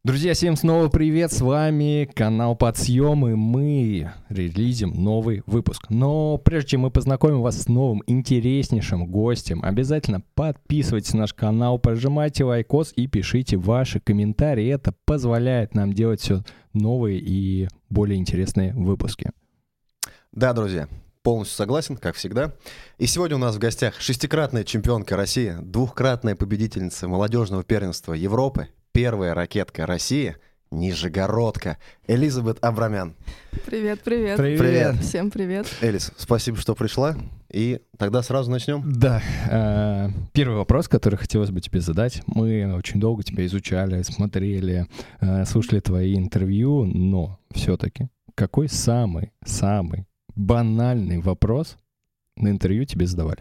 Друзья, всем снова привет, с вами канал Подсъем, и мы релизим новый выпуск. Но прежде чем мы познакомим вас с новым интереснейшим гостем, обязательно подписывайтесь на наш канал, прожимайте лайкос и пишите ваши комментарии. Это позволяет нам делать все новые и более интересные выпуски. Да, друзья, полностью согласен, как всегда. И сегодня у нас в гостях шестикратная чемпионка России, двухкратная победительница молодежного первенства Европы, первая ракетка России, нижегородка Элизабет Абрамян. Привет. Привет. Всем привет. Элис, спасибо, что пришла. И тогда сразу начнем. Да, первый вопрос, который хотелось бы тебе задать. Мы очень долго тебя изучали, смотрели, слушали твои интервью, но все-таки какой самый банальный вопрос на интервью тебе задавали?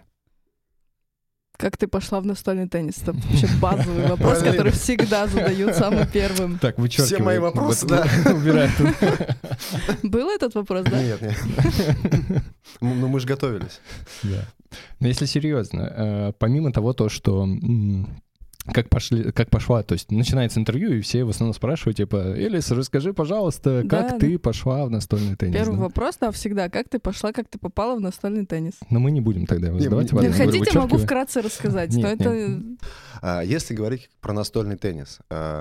Как ты пошла в настольный теннис? Это вообще базовый вопрос, который всегда задают самым первым. Так, вычеркивай. Все мои вопросы, да. Убирай тут. Был этот вопрос, да? Нет. Ну, мы же готовились. Да. Но если серьезно, помимо того, что как пошла, то есть начинается интервью, и все в основном спрашивают, типа, Элис, расскажи, пожалуйста, как ты пошла в настольный теннис? Первый вопрос, да, всегда, как ты пошла, как ты попала в настольный теннис? Но мы не будем тогда его задавать. Нет, хотите, могу вкратце рассказать. Если говорить про настольный теннис,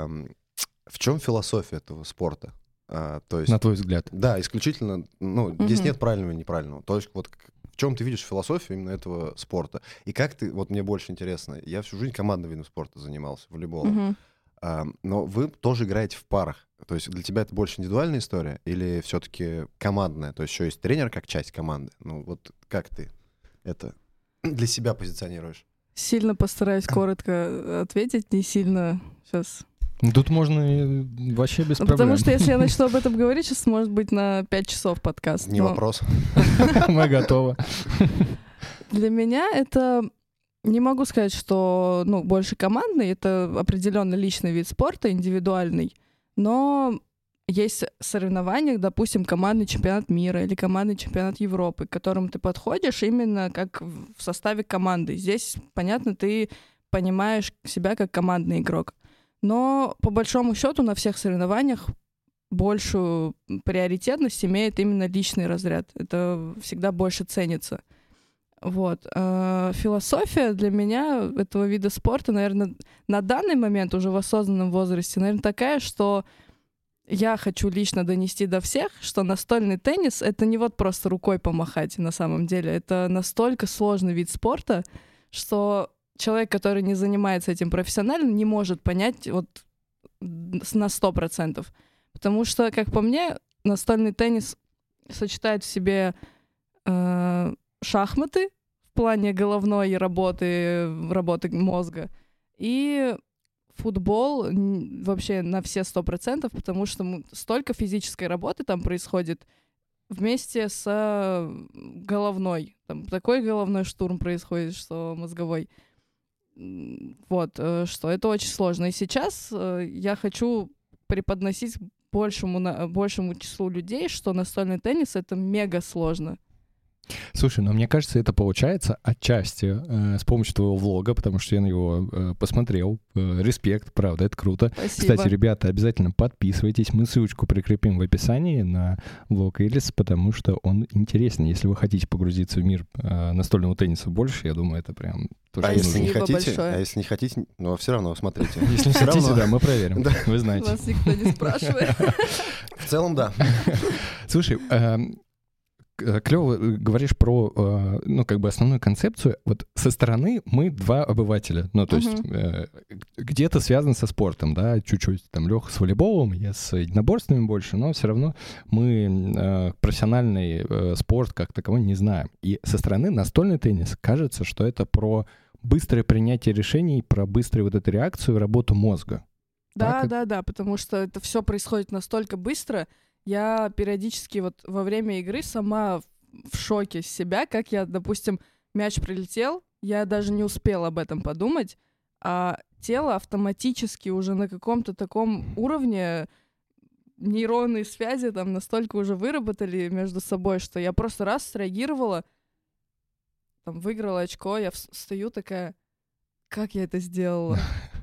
в чем философия этого спорта? То есть, на твой взгляд? Да, исключительно, здесь нет правильного и неправильного. То есть вот в чем ты видишь философию именно этого спорта? И как ты, вот мне больше интересно, я всю жизнь командным видом спорта занимался, волейболом, но вы тоже играете в парах. То есть для тебя это больше индивидуальная история или все-таки командная? То есть еще есть тренер как часть команды. Ну вот как ты это для себя позиционируешь? Сильно постараюсь коротко ответить, не сильно сейчас... Тут можно вообще без проблем. Потому что если я начну об этом говорить, сейчас может быть на 5 часов подкаст. Не вопрос. Мы готовы. Для меня это... Не могу сказать, что больше командный, это определенно личный вид спорта, индивидуальный, но есть соревнования, допустим, командный чемпионат мира или командный чемпионат Европы, к которым ты подходишь именно как в составе команды. Здесь, понятно, ты понимаешь себя как командный игрок. Но по большому счету на всех соревнованиях большую приоритетность имеет именно личный разряд. Это всегда больше ценится. Вот. Философия для меня этого вида спорта, наверное, на данный момент уже в осознанном возрасте, наверное, такая, что я хочу лично донести до всех, что настольный теннис — это не вот просто рукой помахать на самом деле. Это настолько сложный вид спорта, что человек, который не занимается этим профессионально, не может понять вот на 100%. Потому что, как по мне, настольный теннис сочетает в себе шахматы в плане головной работы мозга и футбол вообще на все 100%, потому что столько физической работы там происходит вместе с головной. Там такой головной штурм происходит, что мозговой. Вот, что это очень сложно. И сейчас я хочу преподносить большему числу людей, что настольный теннис — это мега сложно. Слушай, мне кажется, это получается отчасти с помощью твоего влога, потому что я на него посмотрел. Респект, правда, это круто. Спасибо. Кстати, ребята, обязательно подписывайтесь. Мы ссылочку прикрепим в описании на влог Элис, потому что он интересный. Если вы хотите погрузиться в мир настольного тенниса больше, я думаю, это прям тоже если не хотите, большое. если не хотите, но все равно смотрите. Если не хотите, да, мы проверим. Вы знаете. Вас никто не спрашивает. В целом, да. Слушай, клево говоришь про, основную концепцию. Вот со стороны мы два обывателя. То есть где-то связано со спортом, да, чуть-чуть. Там Лёха с волейболом, я с единоборствами больше, но все равно мы профессиональный спорт как таковой не знаем. И со стороны настольный теннис кажется, что это про быстрое принятие решений, про быструю вот эту реакцию, работу мозга. Да, потому что это все происходит настолько быстро. Я периодически вот во время игры сама в шоке с себя, как я, допустим, мяч прилетел, я даже не успела об этом подумать, а тело автоматически уже на каком-то таком уровне, нейронные связи там настолько уже выработали между собой, что я просто раз среагировала, там, выиграла очко, я стою такая, как я это сделала?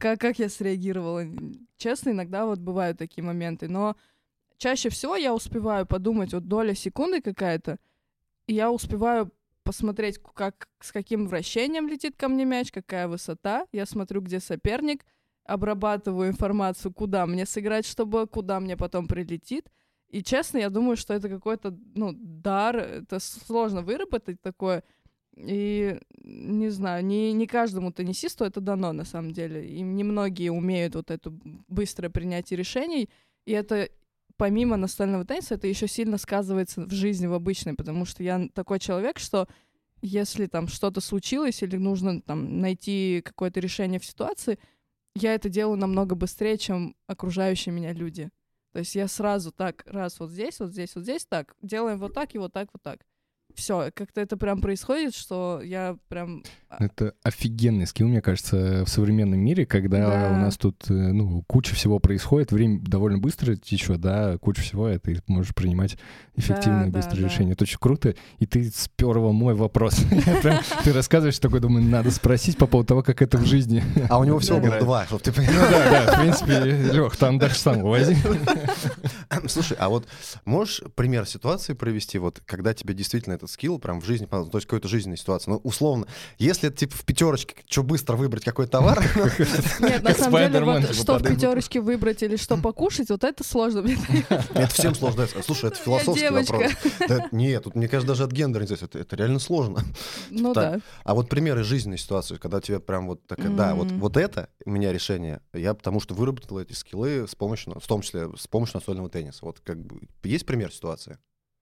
как я среагировала. Честно, иногда вот бывают такие моменты, но чаще всего я успеваю подумать, вот доля секунды какая-то, и я успеваю посмотреть, с каким вращением летит ко мне мяч, какая высота. Я смотрю, где соперник, обрабатываю информацию, куда мне сыграть, куда мне потом прилетит. И честно, я думаю, что это какой-то, дар, это сложно выработать такое. И, не знаю, не каждому теннисисту это дано, на самом деле. И немногие умеют вот это быстрое принятие решений. И это, помимо настольного тенниса, это еще сильно сказывается в жизни, в обычной, потому что я такой человек, что если там что-то случилось или нужно там найти какое-то решение в ситуации, я это делаю намного быстрее, чем окружающие меня люди. То есть я сразу так, раз вот здесь, так, делаем вот так и вот так, вот так. Все, как-то это прям происходит, что я прям... Это офигенный скилл, мне кажется, в современном мире, когда у нас тут, куча всего происходит, время довольно быстро течет, да, куча всего, и ты можешь принимать эффективные, быстрые решения. Это очень круто, и ты сперва мой вопрос. Ты рассказываешь, такой, думаю, надо спросить по поводу того, как это в жизни. А у него всего было 2, чтобы ты понимал. Да, в принципе, Лёх, там дальше сам увози. Слушай, а вот можешь пример ситуации провести, вот когда тебе действительно этот скилл прям в жизни, то есть какой-то жизненной ситуации? Ну, условно, если это типа в пятерочке, что быстро выбрать какой товар? Нет, на самом деле, вот что в пятерочке выбрать или что покушать, вот это сложно. Это всем сложно. Слушай, это философский вопрос. Нет, тут, мне кажется, даже от гендера здесь это реально сложно. Ну да. А вот примеры жизненной ситуации, когда тебе прям вот такая, да, вот это у меня решение, я потому что выработал эти скиллы в том числе с помощью настольного тенниса. Вот как бы есть пример ситуации?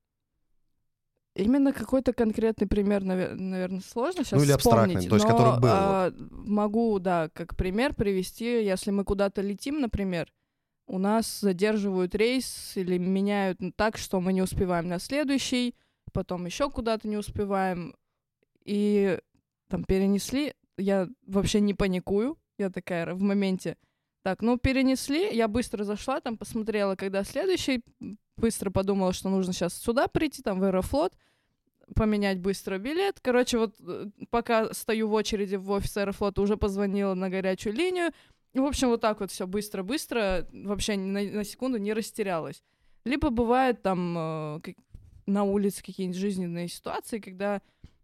Именно какой-то конкретный пример, наверное, сложно сейчас или абстрактный, вспомнить, то есть, который был. Могу, да, как пример привести, если мы куда-то летим, например, у нас задерживают рейс или меняют так, что мы не успеваем на следующий, потом еще куда-то не успеваем, и там перенесли, я вообще не паникую, я такая в моменте, так, перенесли, я быстро зашла, там посмотрела, когда следующий, быстро подумала, что нужно сейчас сюда прийти, там в Аэрофлот, поменять быстро билет. Короче, вот пока стою в очереди в офис Аэрофлота, уже позвонила на горячую линию. И, в общем, вот так вот все быстро-быстро, вообще на секунду не растерялась. Либо бывает там на улице какие-нибудь жизненные ситуации, когда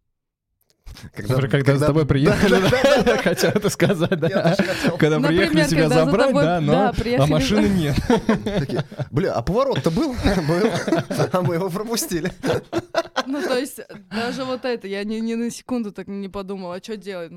с тобой приехали, хотел это сказать, да. Когда приехали тебя забрать, да, но а машины нет. Бля, а поворот-то был? Был. А мы его пропустили. Ну, то есть, даже вот это, я ни на секунду так не подумала, а что делать?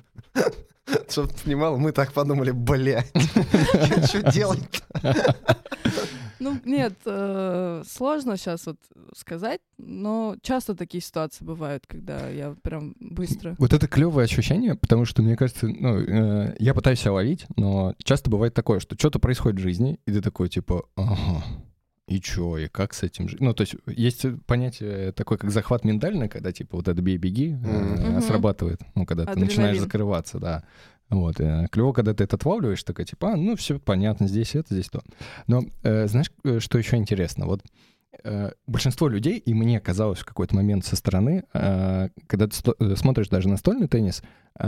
Чтоб ты понимал, мы так подумали, блядь, что делать-то? Нет, сложно сейчас вот сказать, но часто такие ситуации бывают, когда я прям быстро... Вот это клевое ощущение, потому что, мне кажется, я пытаюсь себя ловить, но часто бывает такое, что что-то происходит в жизни, и ты такой, типа, ага, и чё, и как с этим жить? То есть есть понятие такое, как захват ментальный, когда, типа, вот это бей-беги срабатывает, когда ты начинаешь закрываться, да. Вот, клево, когда ты это отлавливаешь, такая, типа, все понятно, здесь это, здесь то. Но знаешь, что еще интересно? Вот большинство людей, и мне казалось в какой-то момент со стороны, когда ты смотришь даже настольный теннис,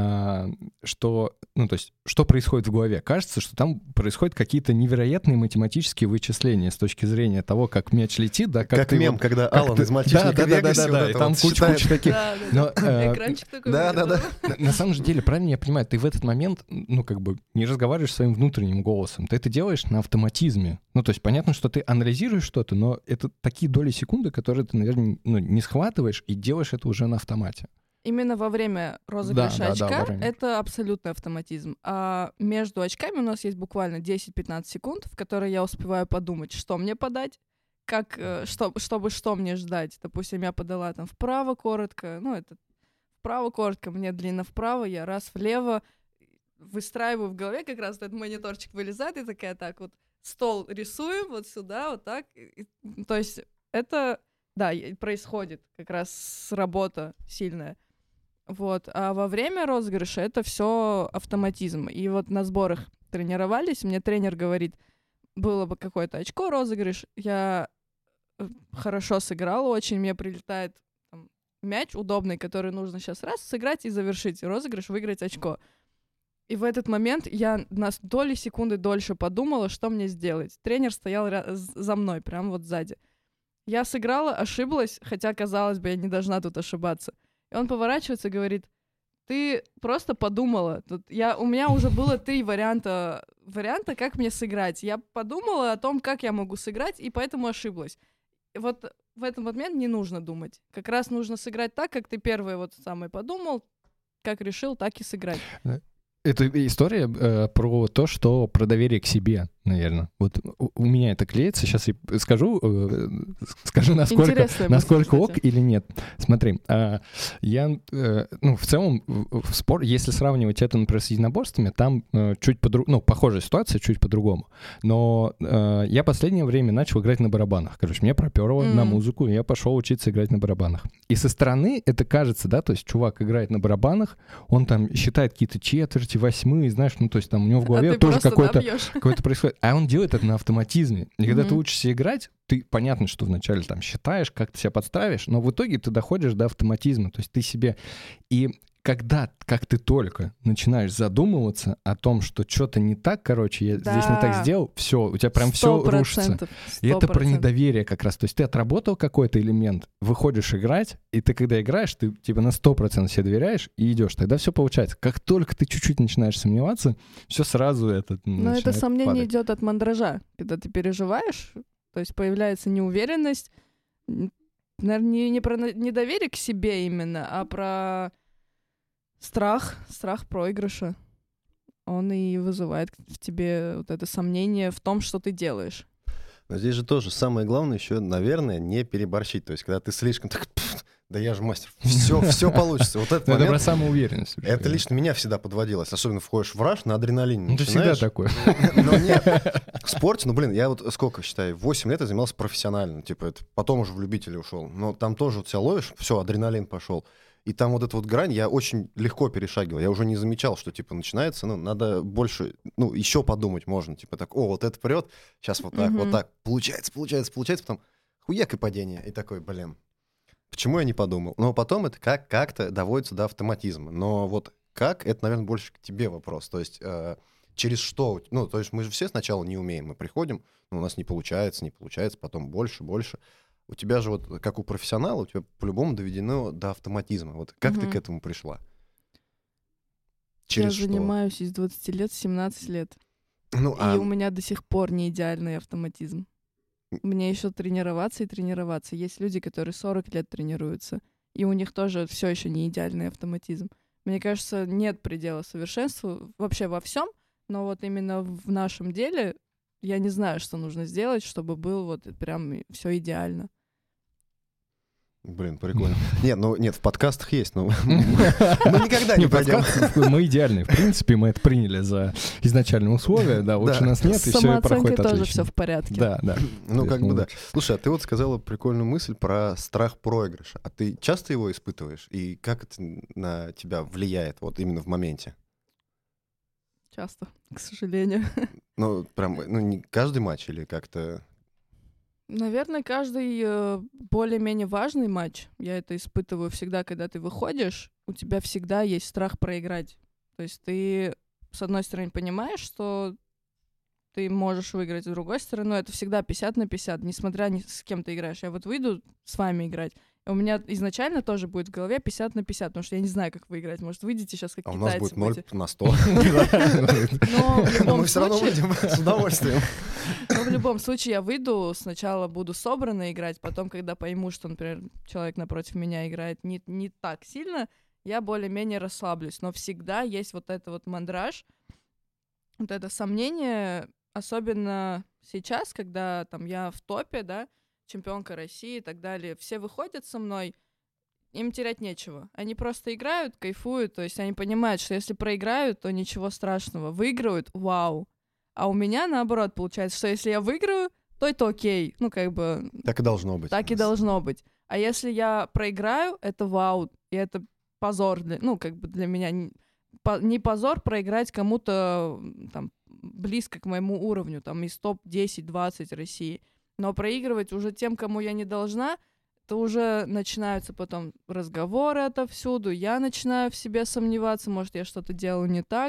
что, то есть, что происходит в голове? Кажется, что там происходят какие-то невероятные математические вычисления с точки зрения того, как мяч летит, да, как мем, вот, когда Алан из «Мальчишника в Вегасе», да, и там куча таких. Экранчик такой. Да. На самом же деле, правильно я понимаю, ты в этот момент, не разговариваешь своим внутренним голосом, ты это делаешь на автоматизме. То есть понятно, что ты анализируешь что-то, но это такие доли секунды, которые ты, наверное, не схватываешь и делаешь это уже на автомате. Именно во время розыгрыша очка это абсолютный автоматизм. А между очками у нас есть буквально 10-15 секунд, в которые я успеваю подумать, что мне подать, чтобы что мне ждать. Допустим, я подала там вправо коротко, вправо коротко, мне длинно вправо, я раз влево, выстраиваю в голове, как раз этот мониторчик вылезает, и такая, так вот, стол рисуем вот сюда, вот так. То есть это, да, происходит как раз работа сильная. Вот. А во время розыгрыша это все автоматизм. И вот на сборах тренировались, мне тренер говорит, было бы какое-то очко розыгрыш, я хорошо сыграла очень, мне прилетает мяч удобный, который нужно сейчас раз сыграть и завершить розыгрыш, выиграть очко. И в этот момент я на доли секунды дольше подумала, что мне сделать. Тренер стоял за мной, прям вот сзади. Я сыграла, ошиблась, хотя, казалось бы, я не должна тут ошибаться. И он поворачивается и говорит: ты просто подумала. У меня уже было 3 варианта, как мне сыграть. Я подумала о том, как я могу сыграть, и поэтому ошиблась. И вот в этот момент не нужно думать. Как раз нужно сыграть так, как ты первый вот самый подумал, как решил, так и сыграть. Это история про то, что про доверие к себе, наверное. Вот у меня это клеится. Сейчас я скажу, насколько ок или нет. Смотри, я, в целом, в спорт, если сравнивать это, например, с единоборствами, там чуть по-другому, похожая ситуация, чуть по-другому. Но я последнее время начал играть на барабанах. Короче, мне проперло на музыку, и я пошел учиться играть на барабанах. И со стороны это кажется, да, то есть чувак играет на барабанах, он там считает какие-то четверти, восьмые, знаешь, то есть там у него в голове тоже какое-то происходит. А он делает это на автоматизме. И когда ты учишься играть, ты, понятно, что вначале там считаешь, как ты себя подстраиваешь, но в итоге ты доходишь до автоматизма. То есть ты себе... И когда, как ты только начинаешь задумываться о том, что что-то не так, короче, я здесь не так сделал, все, у тебя прям все рушится. 100%. И это про недоверие как раз. То есть ты отработал какой-то элемент, выходишь играть, и ты, когда играешь, ты типа на 100% себе доверяешь и идешь. Тогда все получается. Как только ты чуть-чуть начинаешь сомневаться, все сразу это Но это сомнение падать. идет от мандража. Когда ты переживаешь, то есть появляется неуверенность, наверное, не про недоверие к себе именно, а про... Страх проигрыша, он и вызывает в тебе вот это сомнение в том, что ты делаешь. Но здесь же тоже самое главное еще, наверное, не переборщить. То есть, когда ты слишком так, да я же мастер, все получится. Вот этот момент, это про самоуверенность. Это лично меня всегда подводилось. Особенно входишь в раш на адреналине. Это всегда такое. Но нет, в спорте, я вот сколько считаю, 8 лет я занимался профессионально. Типа, это потом уже в любители ушел. Но там тоже вот себя ловишь, все, адреналин пошел. И там вот эта вот грань я очень легко перешагивал. Я уже не замечал, что, типа, начинается, надо больше, еще подумать можно. Типа так, вот это прет, сейчас вот так, вот так. Получается, потом хуяк и падение. И такой, почему я не подумал? Но потом это как-то доводится до автоматизма. Но вот как, это, наверное, больше к тебе вопрос. То есть через что? То есть мы же все сначала не умеем. Мы приходим, у нас не получается, потом больше. У тебя же, вот как у профессионала, у тебя по-любому доведено до автоматизма. Вот как ты к этому пришла? Через что? Я занимаюсь из 20 лет 17 лет. И у меня до сих пор не идеальный автоматизм. Мне еще тренироваться. Есть люди, которые 40 лет тренируются, и у них тоже все еще не идеальный автоматизм. Мне кажется, нет предела совершенству вообще во всем, но вот именно в нашем деле я не знаю, что нужно сделать, чтобы был вот прям все идеально. Прикольно. Нет, в подкастах есть, но мы никогда не пойдем. Мы идеальные. В принципе, мы это приняли за изначальные условия, да, лучше нас нет, и все проходит отлично. Тоже все в порядке. Да. Да. Слушай, а ты вот сказала прикольную мысль про страх проигрыша. А ты часто его испытываешь? И как это на тебя влияет вот именно в моменте? Часто, к сожалению. Не каждый матч или как-то... Наверное, каждый более-менее важный матч. Я это испытываю всегда, когда ты выходишь, у тебя всегда есть страх проиграть. То есть ты, с одной стороны, понимаешь, что ты можешь выиграть, с другой стороны, это всегда 50/50, несмотря с кем ты играешь. Я вот выйду с вами играть, у меня изначально тоже будет в голове 50/50, потому что я не знаю, как вы играть. Может, выйдете сейчас как китайцы. У нас будет 0/100. Но мы все равно выйдем с удовольствием. Но в любом случае я выйду, сначала буду собранно играть, потом, когда пойму, что, например, человек напротив меня играет не так сильно, я более-менее расслаблюсь. Но всегда есть вот это вот мандраж, вот это сомнение, особенно сейчас, когда там я в топе, да, чемпионка России и так далее, все выходят со мной, им терять нечего. Они просто играют, кайфуют, то есть они понимают, что если проиграют, то ничего страшного. Выиграют — вау. А у меня наоборот получается, что если я выиграю, то это окей. Так и должно быть. Так и должно быть. А если я проиграю, это вау. И это позор для меня. Не позор проиграть кому-то там близко к моему уровню, там из топ-10-20 России. Но проигрывать уже тем, кому я не должна, то уже начинаются потом разговоры отовсюду, я начинаю в себе сомневаться, может, я что-то делаю не так.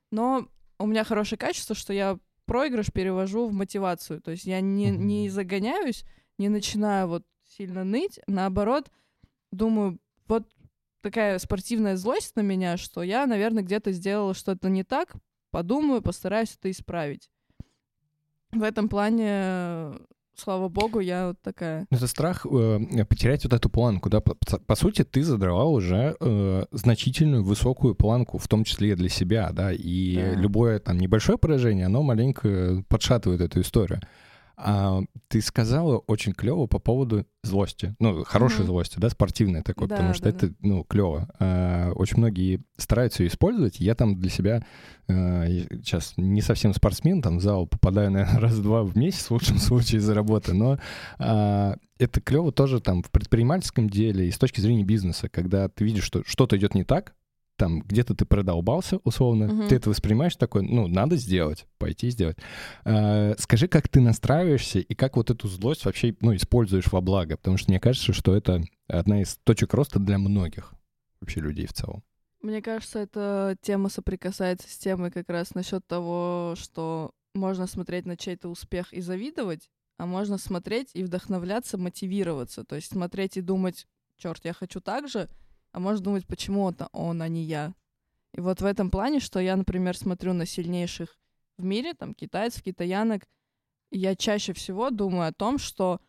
но у меня хорошее качество, что я проигрыш перевожу в мотивацию. То есть я не загоняюсь, не начинаю вот сильно ныть. Наоборот, думаю, вот такая спортивная злость на меня, что я, наверное, где-то сделала что-то не так, подумаю, постараюсь это исправить. В этом плане, слава богу, я вот такая. Это страх потерять вот эту планку, да? По сути, ты задавал уже значительную высокую планку, в том числе и для себя, да? И любое там небольшое поражение, оно маленько подшатывает эту историю. А ты сказала очень клево по поводу злости, ну, хорошей злости, да, спортивной такой, Да, потому что это, ну, клево. Очень многие стараются ее использовать. Я там для себя сейчас не совсем спортсмен, там в зал попадаю, наверное, раз-два в месяц, в лучшем случае, из-за работы, но это клево тоже там в предпринимательском деле и с точки зрения бизнеса, когда ты видишь, что что-то идет не так, там где-то ты продолбался, условно, ты это воспринимаешь такой, ну, надо сделать, пойти сделать. Скажи, как ты настраиваешься и как вот эту злость вообще, ну, используешь во благо, потому что мне кажется, что это одна из точек роста для многих вообще людей в целом. Мне кажется, эта тема соприкасается с темой как раз насчет того, что можно смотреть на чей-то успех и завидовать, а можно смотреть и вдохновляться, мотивироваться, то есть смотреть и думать, черт, я хочу так же, а можно думать, почему это он, а не я. И вот в этом плане, что я, например, смотрю на сильнейших в мире, там, китайцев, китаянок, и я чаще всего думаю о том, что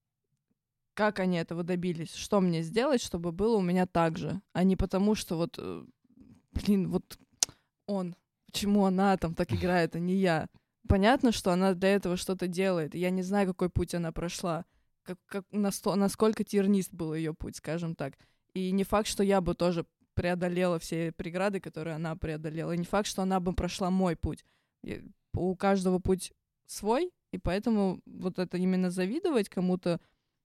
как они этого добились, что мне сделать, чтобы было у меня так же, а не потому, что вот, блин, вот он, почему она там так играет, а не я. Понятно, что она для этого что-то делает, и я не знаю, какой путь она прошла, насколько тернист был ее путь, скажем так. И не факт, что я бы тоже преодолела все преграды, которые она преодолела. И не факт, что она бы прошла мой путь. У каждого путь свой, и поэтому вот это именно завидовать кому-то,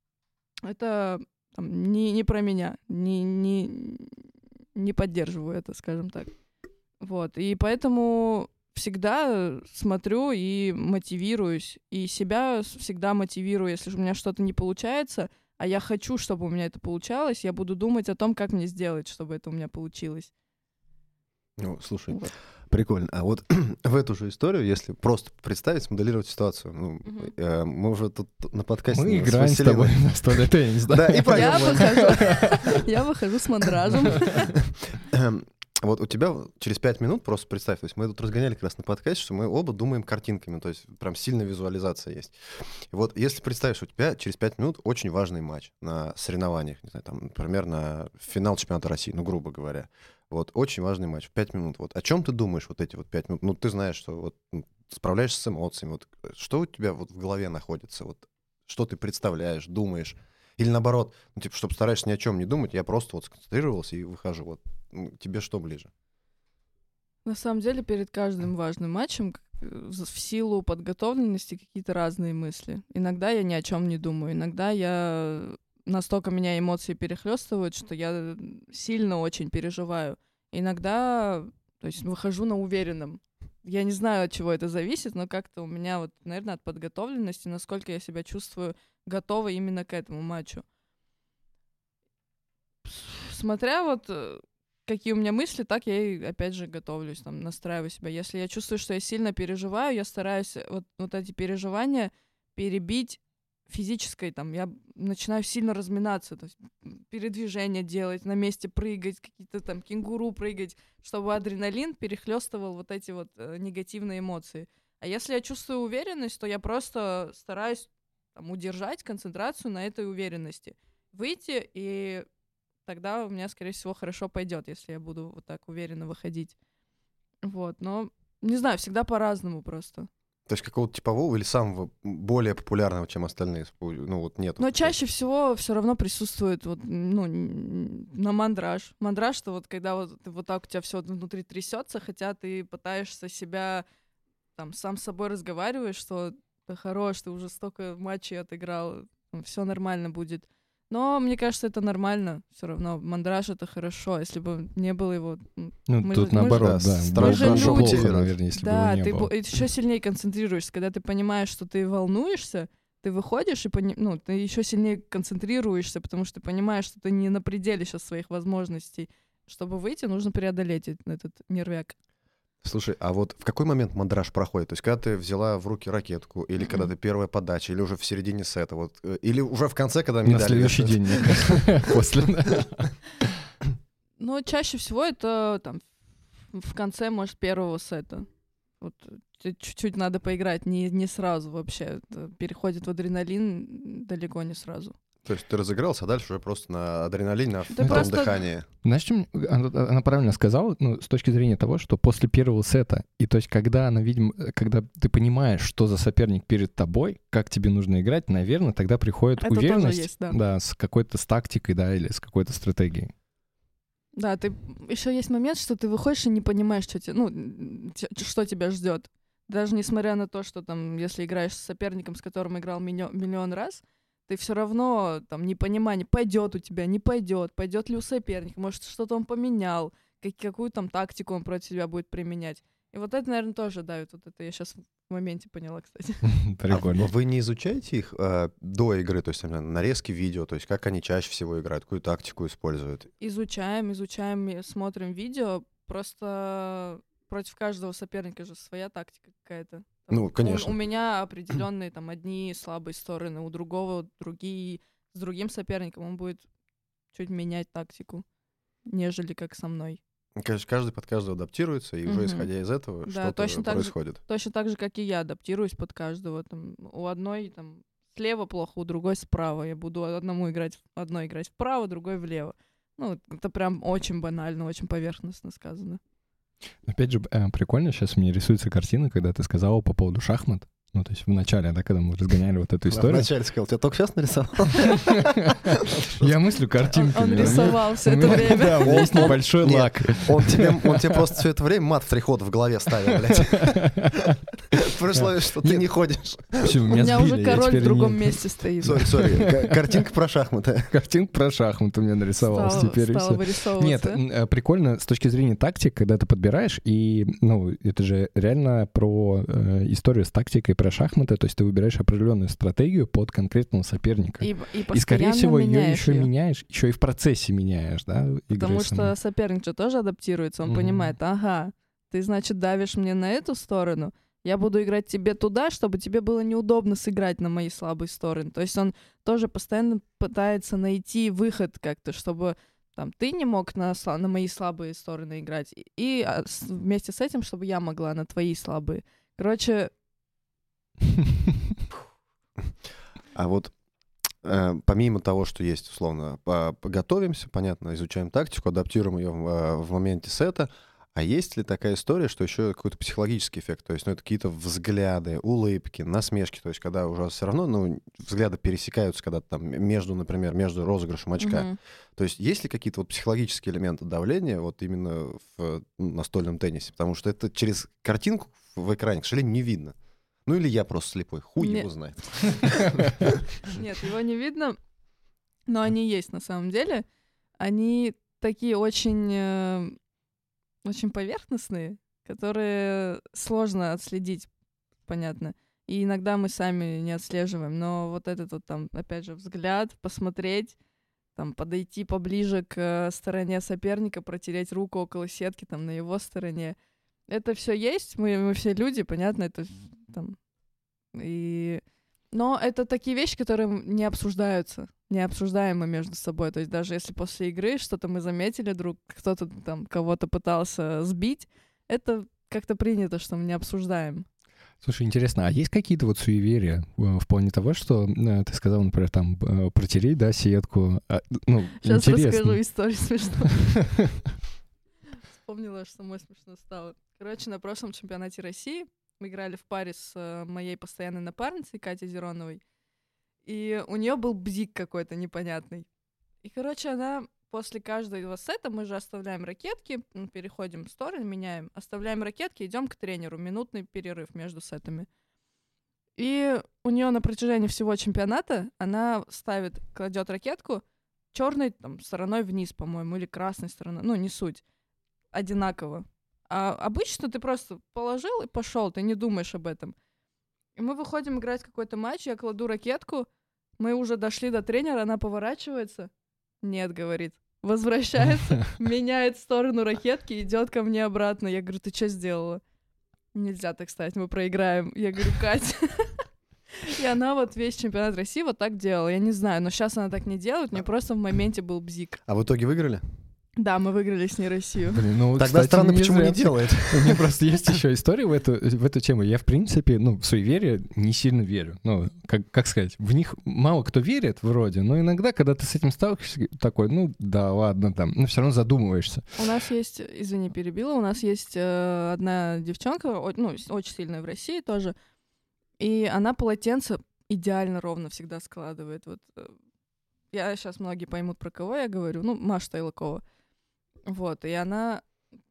это там, не про меня. Не поддерживаю это, скажем так. Вот. И поэтому всегда смотрю и мотивируюсь. И себя всегда мотивирую. Если у меня что-то не получается, а я хочу, чтобы у меня это получалось, я буду думать о том, как мне сделать, чтобы это у меня получилось. Ну, слушай, прикольно. А вот в эту же историю, если просто представить, смоделировать ситуацию, ну, мы уже тут на подкасте... Мы играем с тобой в настольный теннис, да? Да, и проигрываем. Я выхожу с мандражем. Вот у тебя через 5 минут, просто представь, то есть мы тут разгоняли как раз на подкасте, что мы оба думаем картинками, то есть прям сильная визуализация есть. И вот если представишь, что у тебя через 5 минут очень важный матч на соревнованиях, не знаю, там, например, на финал чемпионата России, ну, грубо говоря, вот, очень важный матч, в 5 минут, вот, о чем ты думаешь вот эти вот 5 минут? Ну, ты знаешь, что вот справляешься с эмоциями, вот, что у тебя вот в голове находится, вот, что ты представляешь, думаешь, или наоборот, ну, типа, чтобы стараешься ни о чем не думать, я просто вот сконцентрировался и выхожу, вот. Тебе что ближе? На самом деле, перед каждым важным матчем в силу подготовленности какие-то разные мысли. Иногда я ни о чем не думаю, иногда настолько меня эмоции перехлестывают, что я сильно очень переживаю. Иногда, то есть, выхожу на уверенном. Я не знаю, от чего это зависит, но как-то у меня вот, наверное, от подготовленности, насколько я себя чувствую готовой именно к этому матчу. Смотря вот какие у меня мысли, так я и, опять же, готовлюсь, там, настраиваю себя. Если я чувствую, что я сильно переживаю, я стараюсь вот эти переживания перебить физической, там, я начинаю сильно разминаться, то есть передвижения делать, на месте прыгать, какие-то там кенгуру прыгать, чтобы адреналин перехлестывал вот эти вот негативные эмоции. А если я чувствую уверенность, то я просто стараюсь там, удержать концентрацию на этой уверенности. Выйти, и тогда у меня, скорее всего, хорошо пойдет, если я буду вот так уверенно выходить. Вот, но, не знаю, всегда по-разному просто. То есть какого-то типового или самого более популярного, чем остальные? Ну, вот нет. Но чаще всего все равно присутствует вот, ну, на мандраж. Мандраж, что вот когда вот так у тебя все внутри трясется, хотя ты пытаешься себя, там, сам с собой разговариваешь, что ты хорош, ты уже столько матчей отыграл, все нормально будет. Но мне кажется, это нормально все равно. Мандраж — это хорошо. Если бы не было его... Ну, тут наоборот, да. Страшно плохо, наверное, если бы его не было. Да, ты еще сильнее концентрируешься. Когда ты понимаешь, что ты волнуешься, ты выходишь, и ты еще сильнее концентрируешься, потому что ты понимаешь, что ты не на пределе сейчас своих возможностей. Чтобы выйти, нужно преодолеть этот нервяк. Слушай, а вот в какой момент мандраж проходит? То есть, когда ты взяла в руки ракетку, или когда ты первая подача, или уже в середине сета, вот, или уже в конце, когда медаль... На следующий день, мне кажется, после. Ну, чаще всего это там в конце, может, первого сета. Вот чуть-чуть надо поиграть, не сразу вообще. Это переходит в адреналин далеко не сразу. То есть ты разыгрался, а дальше уже просто на адреналине, на втором просто... дыхании. Знаешь, чем она правильно сказала, ну, с точки зрения того, что после первого сета, и то есть когда она, видимо, когда ты понимаешь, что за соперник перед тобой, как тебе нужно играть, наверное, тогда приходит это уверенность, тоже есть, да. Да, с какой-то тактикой, да, или с какой-то стратегией. Да, ты еще есть момент, что ты выходишь и не понимаешь, что что тебя ждет. Даже несмотря на то, что там, если играешь с соперником, с которым играл миллион раз, ты все равно там непонимание, пойдет у тебя, не пойдет, пойдет ли у соперника, может, что-то он поменял, какую там тактику он против тебя будет применять. И вот это, наверное, тоже давит. Вот это я сейчас в моменте поняла, кстати. Прикольно. А вы не изучаете их до игры, то есть нарезки видео, то есть как они чаще всего играют, какую тактику используют? Изучаем, смотрим видео, просто против каждого соперника же своя тактика какая-то. Ну, конечно. У меня определенные там одни слабые стороны, у другого другие. С другим соперником он будет чуть менять тактику, нежели как со мной. Конечно, каждый под каждого адаптируется, и уже исходя из этого что-то происходит. Точно так же, как и я адаптируюсь под каждого. Там, у одной там слева плохо, у другой справа. Я буду одной играть вправо, другой влево. Ну, это прям очень банально, очень поверхностно сказано. Опять же, прикольно, сейчас мне рисуется картина, когда ты сказала по поводу шахмат. Ну, то есть в начале, да, когда мы разгоняли вот эту историю. Вначале сказал, тебя только сейчас нарисовал? Я мыслю картинками. Он рисовал все это время. Да, у меня есть небольшой лак. Он тебе просто все это время мат в 3 хода в голове ставил, блядь. При условии, что ты не ходишь. У меня уже король в другом месте стоит. Сори, картинка про шахматы. Картинка про шахматы у меня нарисовалась теперь. Стала вырисовываться. Нет, прикольно с точки зрения тактик, когда ты подбираешь, и, ну, это же реально про историю с тактикой, про шахматы, то есть ты выбираешь определенную стратегию под конкретного соперника. И скорее всего, ее еще её. меняешь, еще и в процессе меняешь, да? Потому что соперник же тоже адаптируется, он понимает, ага, ты, значит, давишь мне на эту сторону, я буду играть тебе туда, чтобы тебе было неудобно сыграть на мои слабые стороны. То есть он тоже постоянно пытается найти выход как-то, чтобы там ты не мог на мои слабые стороны играть, и вместе с этим, чтобы я могла на твои слабые. Короче... А вот помимо того, что есть, условно, готовимся, понятно, изучаем тактику, адаптируем ее в моменте сета, а есть ли такая история, что еще какой-то психологический эффект? То есть, ну, это какие-то взгляды, улыбки, насмешки, то есть, когда уже все равно, ну, взгляды пересекаются когда-то там например, между розыгрышем очка. То есть, есть ли какие-то вот психологические элементы давления вот именно в настольном теннисе? Потому что это через картинку в экране, к сожалению, не видно. Ну или я просто слепой, хуй его знает. Нет, его не видно, но они есть на самом деле. Они такие очень поверхностные, которые сложно отследить, понятно. И иногда мы сами не отслеживаем, но вот этот вот там, опять же, взгляд, посмотреть, там, подойти поближе к стороне соперника, протереть руку около сетки, там, на его стороне. Это все есть, мы все люди, понятно, это там... Но это такие вещи, которые не обсуждаются, необсуждаемы между собой. То есть даже если после игры что-то мы заметили, кто-то там кого-то пытался сбить, это как-то принято, что мы не обсуждаем. Слушай, интересно, а есть какие-то вот суеверия в плане того, что ты сказал, например, там, протереть, да, сетку? Ну, сейчас интересно. расскажу историю смешную. Вспомнила, что самой смешно стало. Короче, на прошлом чемпионате России мы играли в паре с моей постоянной напарницей Катей Зероновой, и у нее был бзик какой-то непонятный. И, короче, она после каждого сета, мы же оставляем ракетки, переходим в сторону, меняем, оставляем ракетки, идем к тренеру, минутный перерыв между сетами. И у нее на протяжении всего чемпионата она кладет ракетку черной там стороной вниз, по-моему, или красной стороной, ну, не суть, одинаково. А обычно ты просто положил и пошел, ты не думаешь об этом. И мы выходим играть какой-то матч, я кладу ракетку, мы уже дошли до тренера, она поворачивается. Нет, говорит, возвращается, меняет сторону ракетки, идет ко мне обратно. Я говорю, ты что сделала? Нельзя так ставить, мы проиграем. Я говорю, Катя. И она вот весь чемпионат России вот так делала. Я не знаю, но сейчас она так не делает, мне просто в моменте был бзик. А в итоге выиграли? Да, мы выиграли с ней Россию. Блин, ну, Тогда кстати, странно, почему не зря. делает. У меня просто есть еще история в эту тему. Я, в принципе, в суеверие не сильно верю. Ну, как сказать, в них мало кто верит вроде, но иногда, когда ты с этим сталкиваешься, такой, да ладно, там, но все равно задумываешься. У нас есть, извини, перебила, у нас есть одна девчонка, очень сильная в России тоже, и она полотенце идеально ровно всегда складывает. Вот я сейчас многие поймут, про кого я говорю. Маша Тайлакова. Вот, и она...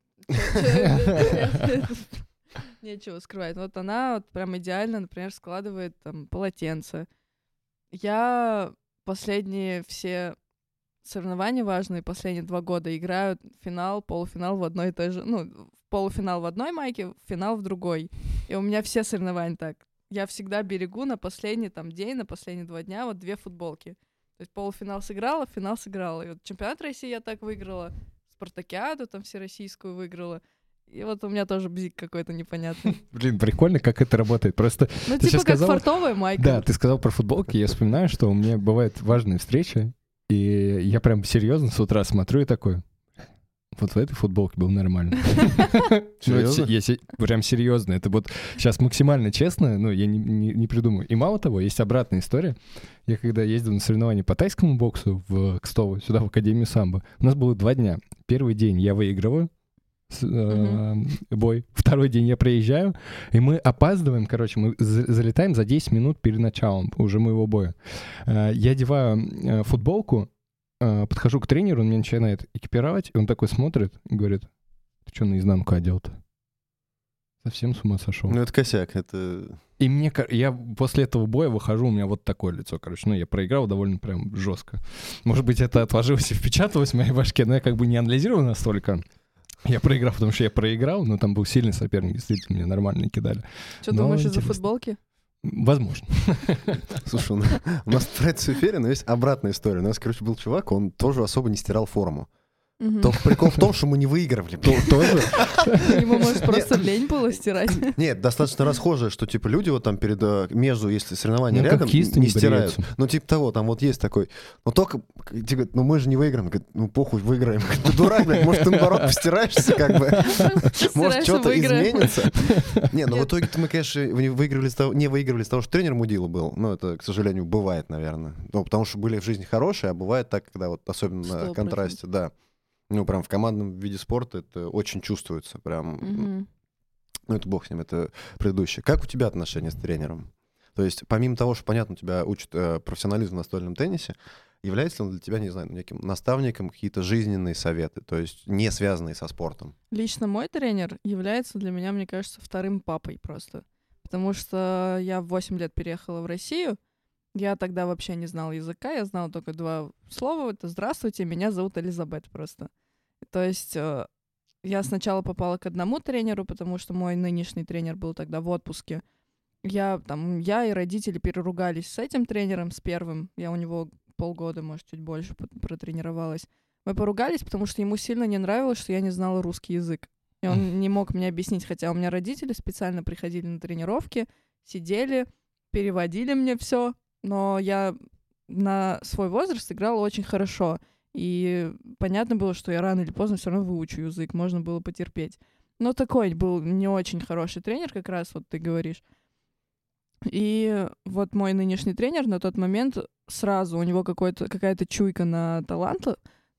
Нечего скрывать. Вот она вот прям идеально, например, складывает там полотенце. Я последние все соревнования важные, последние 2 года играю финал, полуфинал в одной и той же... полуфинал в одной майке, финал в другой. И у меня все соревнования так. Я всегда берегу на последний день, на последние 2 дня вот 2 футболки. То есть полуфинал сыграла, финал сыграла. И вот чемпионат России я так выиграла, спартакиаду там всероссийскую выиграла. И вот у меня тоже бзик какой-то непонятный. Блин, прикольно, как это работает. Просто типа как фартовая майка. Да, ты сказал про футболки, я вспоминаю, что у меня бывают важные встречи, и я прям серьезно с утра смотрю и такой... Вот в этой футболке был нормально. Серьезно? Прям серьезно. Это вот сейчас максимально честно, я не придумаю. И мало того, есть обратная история. Я когда ездил на соревнования по тайскому боксу в Кстово, сюда в Академию самбо, у нас было 2 дня. Первый день я выигрываю бой, второй день я проезжаю, и мы опаздываем, мы залетаем за 10 минут перед началом уже моего боя. Я одеваю футболку, подхожу к тренеру, он меня начинает экипировать, и он такой смотрит и говорит, ты что наизнанку одел-то? Совсем с ума сошел. Это косяк, это... И я после этого боя выхожу, у меня вот такое лицо, я проиграл довольно прям жестко. Может быть, это отложилось и впечаталось в моей башке, но я не анализировал настолько. Я проиграл, потому что я проиграл, но там был сильный соперник, действительно, меня нормально кидали. Что думаешь, из-за футболки? Возможно. Слушай, у нас в Суеверии, но есть обратная история. У нас, был чувак, он тоже особо не стирал форму. Только прикол в том, что мы не выигрывали. Тоже? Ему, может, просто лень было стирать? Нет, достаточно расхожее, что, люди вот там между, если соревнования рядом, не стирают. Того, там вот есть такой, только, мы же не выиграем. Говорит, похуй, выиграем. Ты дурак, блядь, может, ты, наоборот, постираешься, Может, что-то изменится. Не, в итоге-то мы, конечно, не выигрывали из-за того, что тренер мудила был. Это, к сожалению, бывает, наверное. Потому что были в жизни хорошие, а бывает так, когда вот особенно на контрасте, да. Прям в командном виде спорта это очень чувствуется. Прям, это бог с ним, это предыдущее. Как у тебя отношения с тренером? То есть, помимо того, что, понятно, тебя учат профессионализму в настольном теннисе, является ли он для тебя, не знаю, неким наставником, какие-то жизненные советы, то есть не связанные со спортом? Лично мой тренер является для меня, мне кажется, вторым папой просто. Потому что я в 8 лет переехала в Россию, я тогда вообще не знала языка, я знала только 2 слова. Это «Здравствуйте, меня зовут Элизабет» просто. То есть я сначала попала к одному тренеру, потому что мой нынешний тренер был тогда в отпуске. Я и родители переругались с этим тренером, с первым. Я у него полгода, может, чуть больше протренировалась. Мы поругались, потому что ему сильно не нравилось, что я не знала русский язык. И он не мог мне объяснить, хотя у меня родители специально приходили на тренировки, сидели, переводили мне все. Но я на свой возраст играла очень хорошо. И понятно было, что я рано или поздно все равно выучу язык, можно было потерпеть. Но такой был не очень хороший тренер, как раз вот ты говоришь. И вот мой нынешний тренер на тот момент сразу, у него какая-то чуйка на таланты,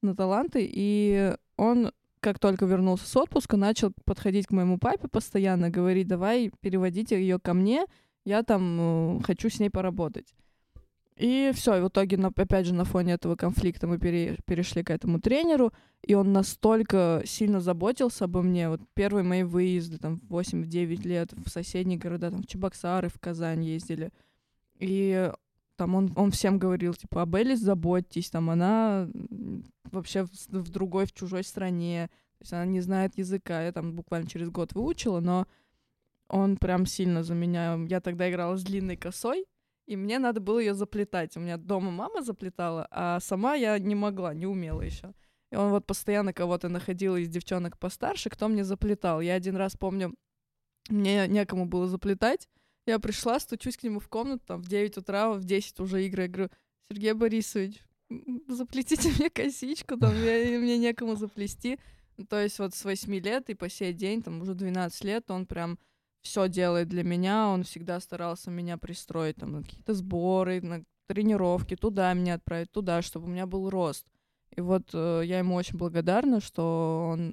и он, как только вернулся с отпуска, начал подходить к моему папе постоянно, говорить, давай переводите ее ко мне, я там хочу с ней поработать. И все, и в итоге, опять же, на фоне этого конфликта мы перешли к этому тренеру, и он настолько сильно заботился обо мне. Вот первые мои выезды, там, в 8-9 лет в соседние города, там, в Чебоксары, в Казань ездили. И там он всем говорил, типа, об Элис заботьтесь, там, она вообще в чужой стране, то есть она не знает языка. Я там буквально через год выучила, но он прям сильно за меня... Я тогда играла с длинной косой, и мне надо было ее заплетать. У меня дома мама заплетала, а сама я не могла, не умела еще. И он вот постоянно кого-то находил из девчонок постарше, кто мне заплетал. Я один раз помню, мне некому было заплетать. Я пришла, стучусь к нему в комнату, там, в 9 утра, в 10 уже игры. Я говорю: Сергей Борисович, заплетите мне косичку, там, мне некому заплести. То есть вот с 8 лет и по сей день, там, уже 12 лет, он прям все делает для меня, он всегда старался меня пристроить, там, на какие-то сборы, на тренировки, туда меня отправить, туда, чтобы у меня был рост. И вот я ему очень благодарна, что он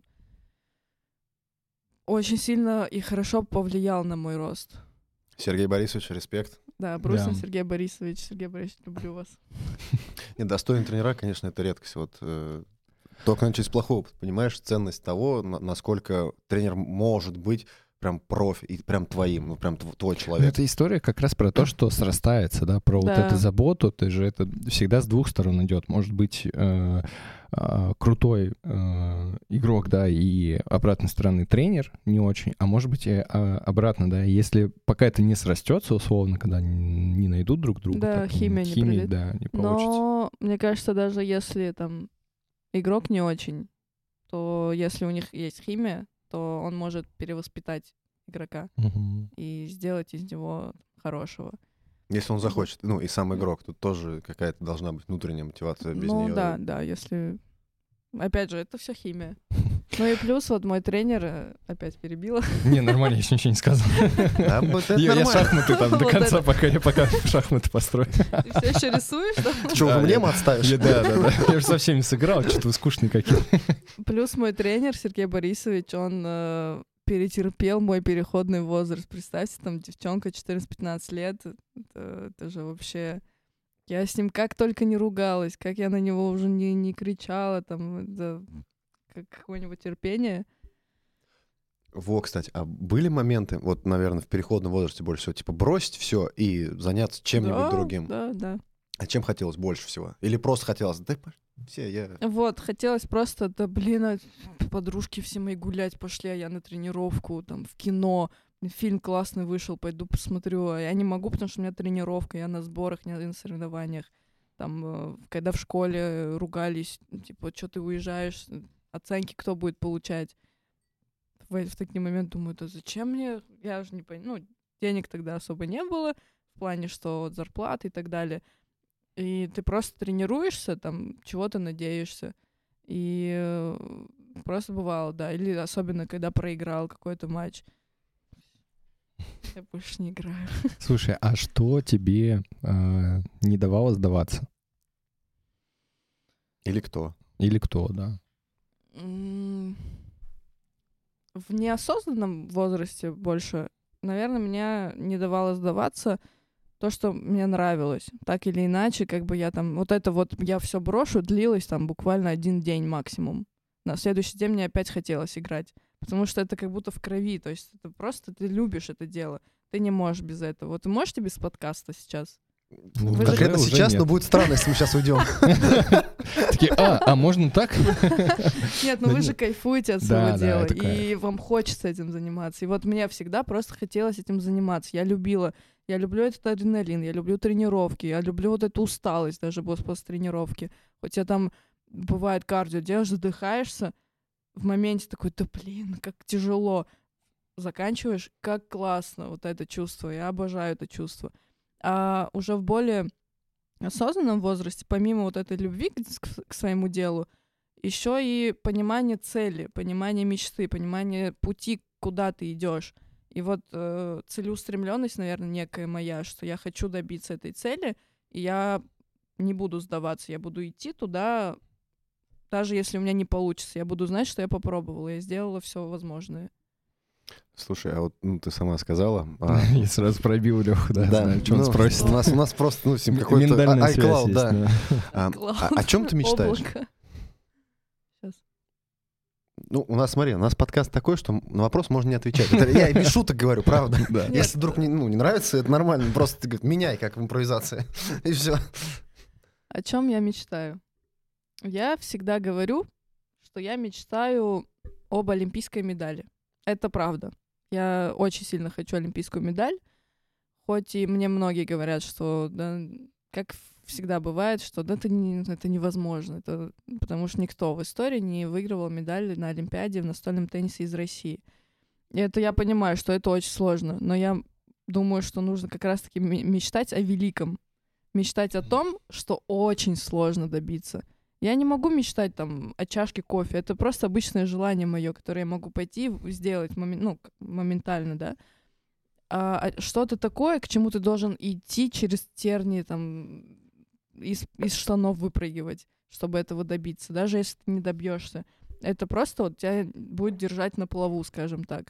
очень сильно и хорошо повлиял на мой рост. Сергей Борисович, респект. Да, Брусин Сергей Борисович. Сергей Борисович, люблю вас. Нет, достойный тренера, конечно, это редкость. Вот только начать с плохого, понимаешь, ценность того, насколько тренер может быть прям профи, и прям твоим, ну прям твой человек. Это история как раз про то, что срастается, да, про вот эту заботу. Ты же это всегда с двух сторон идет. Может быть, крутой игрок, да, и обратной стороны тренер не очень, а может быть и обратно, да, если пока это не срастется, условно, когда не найдут друг друга, да, так, химия не получится. Но мне кажется, даже если там игрок не очень, то если у них есть химия, то он может перевоспитать игрока и сделать из него хорошего. Если он захочет. Ну, и сам игрок. Тут тоже какая-то должна быть внутренняя мотивация без нее. Ну да, если... Опять же, это все химия. Ну и плюс вот мой тренер опять перебила. Не, нормально, я еще ничего не сказал. Я шахматы там до конца, пока шахматы построю. Ты все еще рисуешь? Ты что, уже мне отставишь? Да. Я уже совсем не сыграл, что-то вы скучные какие. Плюс мой тренер Сергей Борисович, он перетерпел мой переходный возраст. Представьте, там девчонка 14-15 лет, это же вообще... Я с ним как только не ругалась, как я на него уже не кричала, там, это как какое-нибудь терпение. Во, кстати, а были моменты, вот, наверное, в переходном возрасте больше всего, типа бросить все и заняться чем-нибудь другим? Да. А чем хотелось больше всего? Или просто хотелось, Вот, хотелось просто, подружки все мои гулять пошли, а я на тренировку, там, в кино, фильм классный вышел, пойду посмотрю. Я не могу, потому что у меня тренировка, я на сборах, не на соревнованиях. Там, когда в школе ругались, типа, что ты уезжаешь, оценки кто будет получать. В такие моменты думаю, да зачем мне? Я же не понимаю. Ну, денег тогда особо не было, в плане, что вот зарплаты и так далее. И ты просто тренируешься, там, чего-то надеешься. И просто бывало, да. Или особенно, когда проиграл какой-то матч. Я больше не играю. Слушай, а что тебе не давало сдаваться? Или кто? Или кто, да. В неосознанном возрасте больше, наверное, меня не давало сдаваться то, что мне нравилось. Так или иначе, как бы я там... Вот это вот я все брошу, длилось там буквально 1 день максимум. На следующий день мне опять хотелось играть. Потому что это как будто в крови. То есть это просто ты любишь это дело. Ты не можешь без этого. Вот вы можете без подкаста сейчас? Конкретно сейчас, но будет странно, если мы сейчас уйдем. Такие, можно так? Нет, ну вы же кайфуете от своего дела, и вам хочется этим заниматься. И вот мне всегда просто хотелось этим заниматься. Я люблю этот адреналин, я люблю тренировки, я люблю вот эту усталость даже после тренировки. Хоть я там, бывает, кардио делаешь, задыхаешься, в моменте такой, да блин, как тяжело. Заканчиваешь, как классно вот это чувство. Я обожаю это чувство. А уже в более осознанном возрасте, помимо вот этой любви к своему делу, еще и понимание цели, понимание мечты, понимание пути, куда ты идешь. И вот целеустремленность, наверное, некая моя, что я хочу добиться этой цели, и я не буду сдаваться, я буду идти туда, даже если у меня не получится. Я буду знать, что я попробовала, я сделала все возможное. Слушай, а вот ты сама сказала... Я сразу пробил Лёху, да, что он спросит. У нас просто, с ним какой-то iCloud, да. О чем ты мечтаешь? Сейчас. Ну, у нас, смотри, у нас подкаст такой, что на вопрос можно не отвечать. Я без шуток говорю, правда. Если вдруг не нравится, это нормально. Просто ты говоришь, меняй, как в импровизации. И все. О чем я мечтаю? Я всегда говорю, что я мечтаю об олимпийской медали. Это правда. Я очень сильно хочу олимпийскую медаль. Хоть и мне многие говорят, что да, как всегда бывает, что это невозможно. Потому что никто в истории не выигрывал медали на Олимпиаде в настольном теннисе из России. И это я понимаю, что это очень сложно, но я думаю, что нужно как раз-таки мечтать о великом. Мечтать о том, что очень сложно добиться. Я не могу мечтать там о чашке кофе. Это просто обычное желание мое, которое я могу пойти сделать моментально, да. А что-то такое, к чему ты должен идти через тернии, там, из штанов выпрыгивать, чтобы этого добиться, даже если ты не добьешься. Это просто вот тебя будет держать на плаву, скажем так.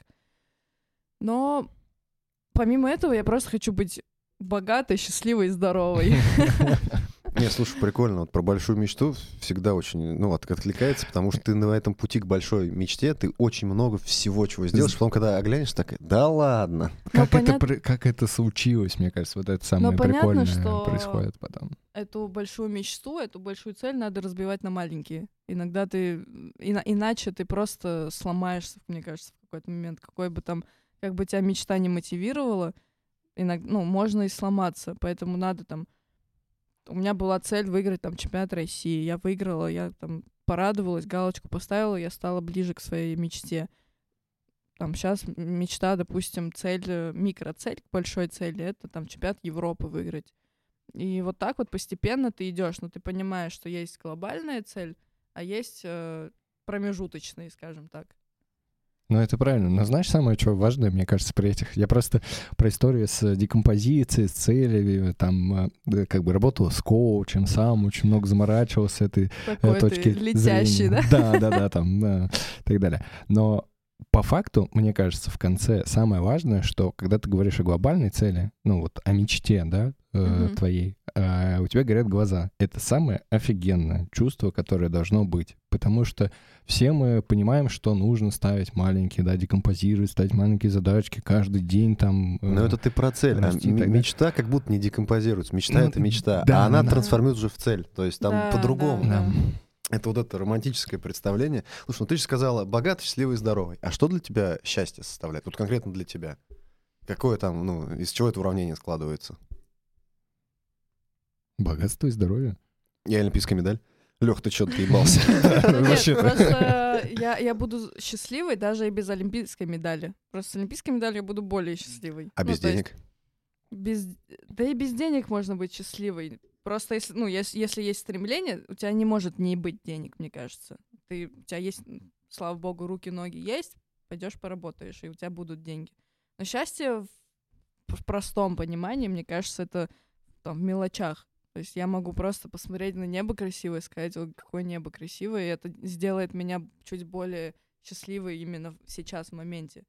Но помимо этого я просто хочу быть богатой, счастливой и здоровой. Не, слушай, прикольно. Вот про большую мечту всегда очень, откликается, потому что ты на этом пути к большой мечте, ты очень много всего чего сделаешь, потом, когда оглянешь, так, да ладно. Как это случилось, мне кажется, вот это самое прикольное что происходит потом. Эту большую мечту, эту большую цель надо разбивать на маленькие. Иногда иначе ты просто сломаешься, мне кажется, в какой-то момент. Какой бы там, как бы тебя мечта не мотивировала, можно и сломаться. Поэтому надо там... У меня была цель выиграть там чемпионат России. Я выиграла, я там порадовалась, галочку поставила, я стала ближе к своей мечте. Там сейчас мечта, допустим, микроцель к большой цели, это там чемпионат Европы выиграть. И вот так вот постепенно ты идешь, но ты понимаешь, что есть глобальная цель, а есть промежуточные, скажем так. Ну, это правильно. Но знаешь, самое что важное, мне кажется, при этих... Я просто про историю с декомпозицией, с целями, там, как бы работал с коучем сам, очень много заморачивался этой точки летящий, зрения. Да, там, да, и так далее. Но по факту, мне кажется, в конце самое важное, что когда ты говоришь о глобальной цели, о мечте, да, твоей, у тебя горят глаза. Это самое офигенное чувство, которое должно быть. Потому что все мы понимаем, что нужно ставить маленькие, да, декомпозировать, ставить маленькие задачки каждый день там. Но это ты про цель. Мечта как будто не декомпозируется. Мечта — это мечта. Да, а она трансформируется уже в цель. То есть там по-другому. Да. Это вот это романтическое представление. Слушай, ты же сказала богатый, счастливый, здоровый. А что для тебя счастье составляет? Вот конкретно для тебя. Какое там, из чего это уравнение складывается? Богатство и здоровье. И олимпийская медаль? Лёх, ты что, доебался? Нет, просто я буду счастливой даже и без олимпийской медали. Просто с олимпийской медалью я буду более счастливой. А без денег? Да и без денег можно быть счастливой. Просто если есть стремление, у тебя не может не быть денег, мне кажется. У тебя есть, слава богу, руки, ноги есть, пойдешь поработаешь, и у тебя будут деньги. Но счастье в простом понимании, мне кажется, это там в мелочах. То есть я могу просто посмотреть на небо красивое и сказать, какое небо красивое, и это сделает меня чуть более счастливой именно сейчас, в моменте.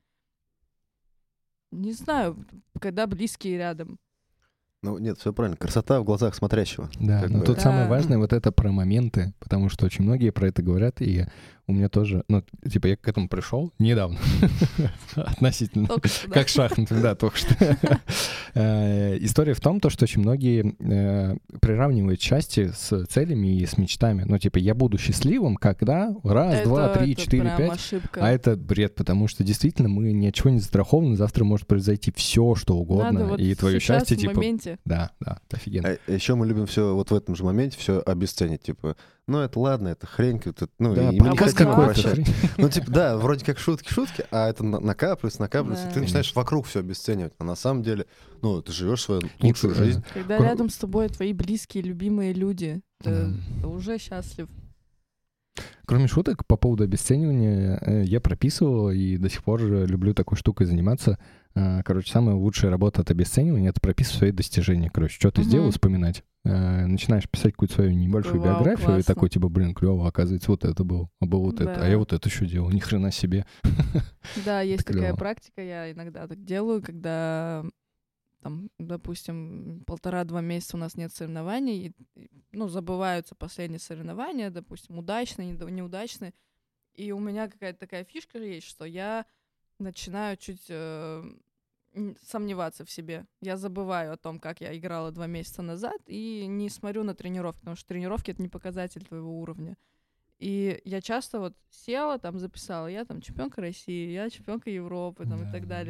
Не знаю, когда близкие рядом. Нет, все правильно. Красота в глазах смотрящего. Да, но тут самое важное вот это про моменты, потому что очень многие про это говорят, и у меня тоже, я к этому пришел недавно, относительно, как шахматы, да, только что. История в том, что очень многие приравнивают счастье с целями и с мечтами. Я буду счастливым, когда 1, 2, 3, 4, 5. А это бред, потому что действительно мы ни от чего не застрахованы, завтра может произойти все, что угодно, и твое счастье, Да, офигенно. А еще мы любим все вот в этом же моменте все обесценить, это ладно, это хрень, и мы не хотим прощать. Вроде как шутки, а это накапливается, ты начинаешь вокруг все обесценивать, а на самом деле, ты живешь свою лучшую жизнь. Когда рядом с тобой твои близкие, любимые люди, ты уже счастлив. Кроме шуток, по поводу обесценивания, я прописывал и до сих пор люблю такой штукой заниматься. Самая лучшая работа от обесценивания — это прописывать свои достижения. Что ты сделал, вспоминать. Начинаешь писать какую-то свою небольшую биографию, классно. И такой, клево, оказывается, вот это было, а было вот это, а я вот это еще делал, ни хрена себе. Да, есть такая практика, я иногда так делаю, когда, там, допустим, 1,5-2 месяца у нас нет соревнований, забываются последние соревнования, допустим, удачные, неудачные, и у меня какая-то такая фишка есть, что я начинаю чуть сомневаться в себе. Я забываю о том, как я играла 2 месяца назад, и не смотрю на тренировки, потому что тренировки — это не показатель твоего уровня. И я часто села, там записала, я там чемпионка России, я чемпионка Европы, там, и так далее.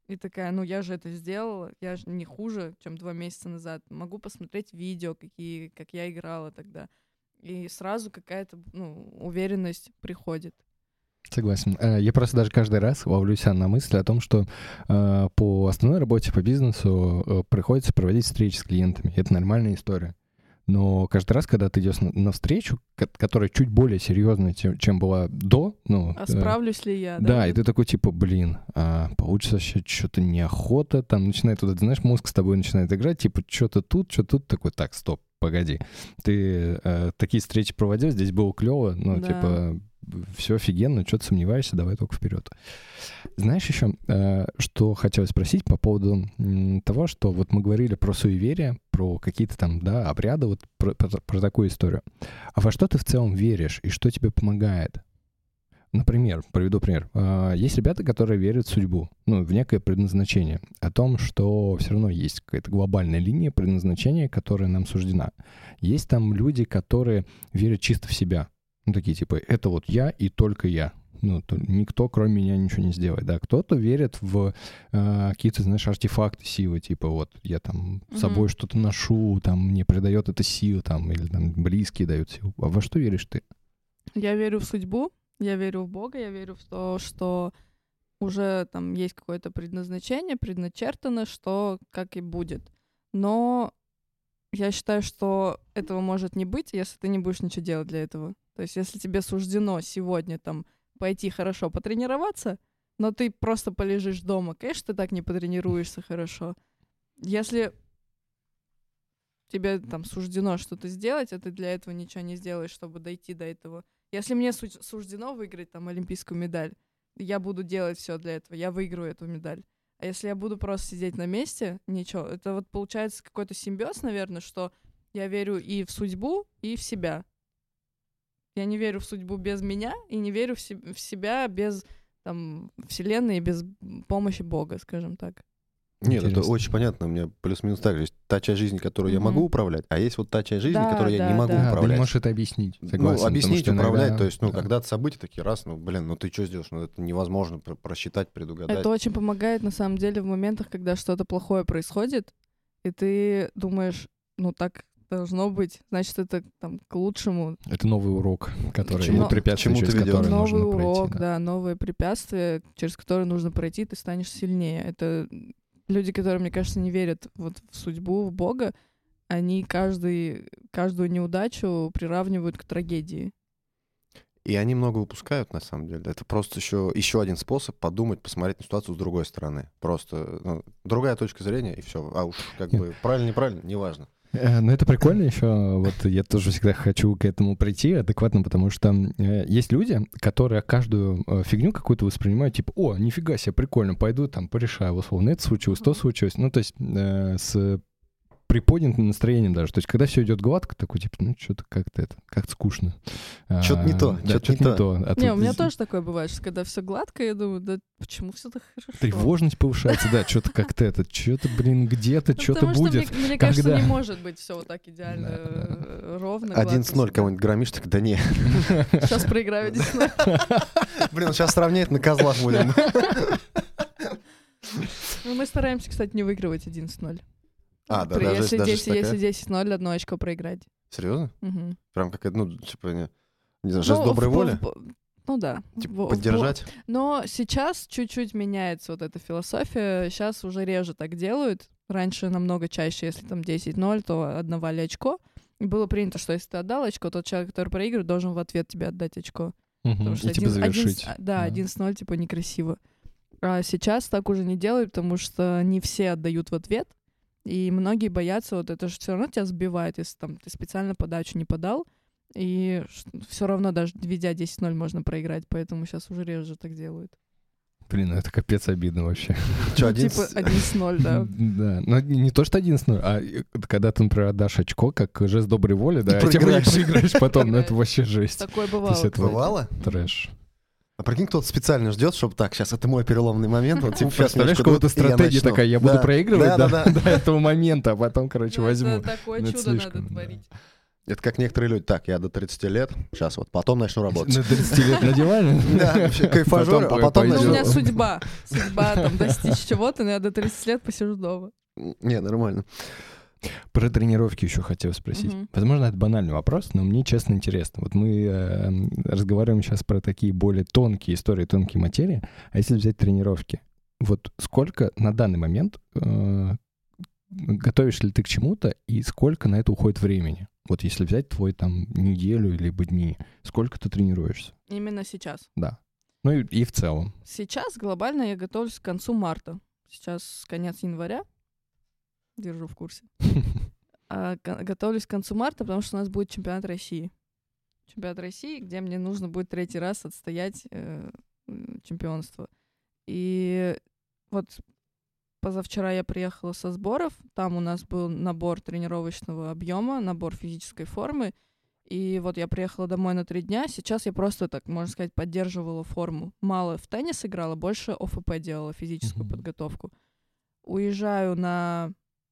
И такая, ну я же это сделала, я же не хуже, чем 2 месяца назад. Могу посмотреть видео, как я играла тогда. И сразу какая-то, уверенность приходит. Согласен. Я просто даже каждый раз ловлю себя на мысли о том, что по основной работе, по бизнесу приходится проводить встречи с клиентами. Это нормальная история. Но каждый раз, когда ты идешь на встречу, которая чуть более серьезная, чем была до... А справлюсь ли я, да? Да, и ты такой, типа, получится вообще что-то неохота, там начинает, знаешь, мозг с тобой начинает играть, типа, что-то тут, такой, так, стоп, погоди. Ты такие встречи проводил, здесь было клево, типа, все офигенно, что-то сомневаешься, давай только вперед. Знаешь еще, что хотелось спросить по поводу того, что вот мы говорили про суеверия, про какие-то там, обряды, вот про такую историю. А во что ты в целом веришь и что тебе помогает? Например, приведу пример. Есть ребята, которые верят в судьбу, в некое предназначение, о том, что все равно есть какая-то глобальная линия предназначения, которая нам суждена. Есть там люди, которые верят чисто в себя. Такие типа, это вот я и только я. Никто, кроме меня, ничего не сделает. Да, кто-то верит в какие-то, знаешь, артефакты силы, типа вот я там с собой что-то ношу, там мне придает это силу, там, или там близкие дают силу. А во что веришь ты? Я верю в судьбу, я верю в Бога, я верю в то, что уже там есть какое-то предназначение, предначертано, что как и будет. Но я считаю, что этого может не быть, если ты не будешь ничего делать для этого. То есть если тебе суждено сегодня там пойти хорошо потренироваться, но ты просто полежишь дома, конечно, ты так не потренируешься хорошо. Если тебе там суждено что-то сделать, а ты для этого ничего не сделаешь, чтобы дойти до этого. Если мне суждено выиграть там олимпийскую медаль, я буду делать все для этого, я выиграю эту медаль. А если я буду просто сидеть на месте, ничего. Это вот получается какой-то симбиоз, наверное, что я верю и в судьбу, и в себя. Я не верю в судьбу без меня и не верю в себя без там, вселенной и без помощи Бога, скажем так. Нет, это очень понятно. У меня плюс-минус так же. Есть та часть жизни, которую я могу управлять, а есть вот та часть жизни, которую я не могу управлять. Ты не можешь это объяснить. Согласен, объяснить, управлять. То есть, когда-то события такие, ты что сделаешь? Это невозможно просчитать, предугадать. Это очень помогает, на самом деле, в моментах, когда что-то плохое происходит, и ты думаешь, так должно быть, значит, это там к лучшему. Это новый урок, который препятствие, через которое новый нужно урок, пройти. Новое препятствие, через которое нужно пройти, ты станешь сильнее. Это люди, которые, мне кажется, не верят вот в судьбу, в Бога, они каждую неудачу приравнивают к трагедии. И они много упускают, на самом деле. Это просто еще один способ подумать, посмотреть на ситуацию с другой стороны. Просто другая точка зрения, и все. А уж правильно, неправильно, неважно. Ну, это прикольно еще. Вот я тоже всегда хочу к этому прийти адекватно, потому что есть люди, которые каждую фигню какую-то воспринимают, типа, нифига себе, прикольно, пойду там порешаю, условно, это случилось, то случилось. То есть с приподнятым настроением даже. То есть когда все идет гладко, такой, типа, что-то как-то скучно. Что-то не то, что-то не то. У меня тоже такое бывает, что когда все гладко, я думаю, почему все так хорошо? Тревожность повышается, что-то как-то где-то что-то будет. Потому что, мне кажется, не может быть все вот так идеально ровно, 1-0 кого-нибудь громишь, так да не. Сейчас проиграю 1-0. Сейчас сравняет, на козлах будем. Мы стараемся, кстати, не выигрывать 11-0. Даже если 10-0, 1 очко проиграть. Серьезно? Угу. Прям как, не знаю, жест доброй воли? Да. Поддержать? Но сейчас чуть-чуть меняется вот эта философия. Сейчас уже реже так делают. Раньше намного чаще, если там 10-0, то отдавали очко. И было принято, что если ты отдал очко, тот человек, который проигрывает, должен в ответ тебе отдать очко. Потому что завершить. 11-0, типа, некрасиво. А сейчас так уже не делают, потому что не все отдают в ответ. И многие боятся, вот это же все равно тебя сбивает, если там ты специально подачу не подал, и все равно даже ведя 10-0 можно проиграть, поэтому сейчас уже реже так делают. Блин, это капец обидно вообще. Типа 11-0, да. Да, но не то, что 11-0, а когда ты, например, отдашь очко, как жест доброй воли, да, и проиграешь потом, это вообще жесть. Такое бывало. Бывало? Трэш. А прикинь, кто-то специально ждет, чтобы так, сейчас это мой переломный момент. Вот, типа, представляешь, какая-то стратегия такая, я буду проигрывать до этого момента, а потом, возьму. Такое чудо надо творить. Это как некоторые люди. Так, я до 30 лет, сейчас вот, потом начну работать. На 30 лет на диване? Да, вообще кайфажер, а потом Ну, у начну... меня судьба там достичь чего-то, но я до 30 лет посижу дома. Не, нормально. Про тренировки еще хотел спросить. Возможно, это банальный вопрос, но мне честно интересно. Вот мы разговариваем сейчас про такие более тонкие истории, тонкие материи. А если взять тренировки, вот сколько на данный момент готовишь ли ты к чему-то и сколько на это уходит времени? Вот если взять твой там неделю либо дни, сколько ты тренируешься? Именно сейчас? Да. Ну и в целом. Сейчас глобально я готовлюсь к концу марта. Сейчас конец января. Держу в курсе. Готовлюсь к концу марта, потому что у нас будет чемпионат России. Чемпионат России, где мне нужно будет 3-й раз отстоять чемпионство. И вот позавчера я приехала со сборов. Там у нас был набор тренировочного объема, набор физической формы. И вот я приехала домой на 3 дня. Сейчас я просто, так можно сказать, поддерживала форму. Мало в теннис играла, больше ОФП делала, физическую подготовку. Уезжаю на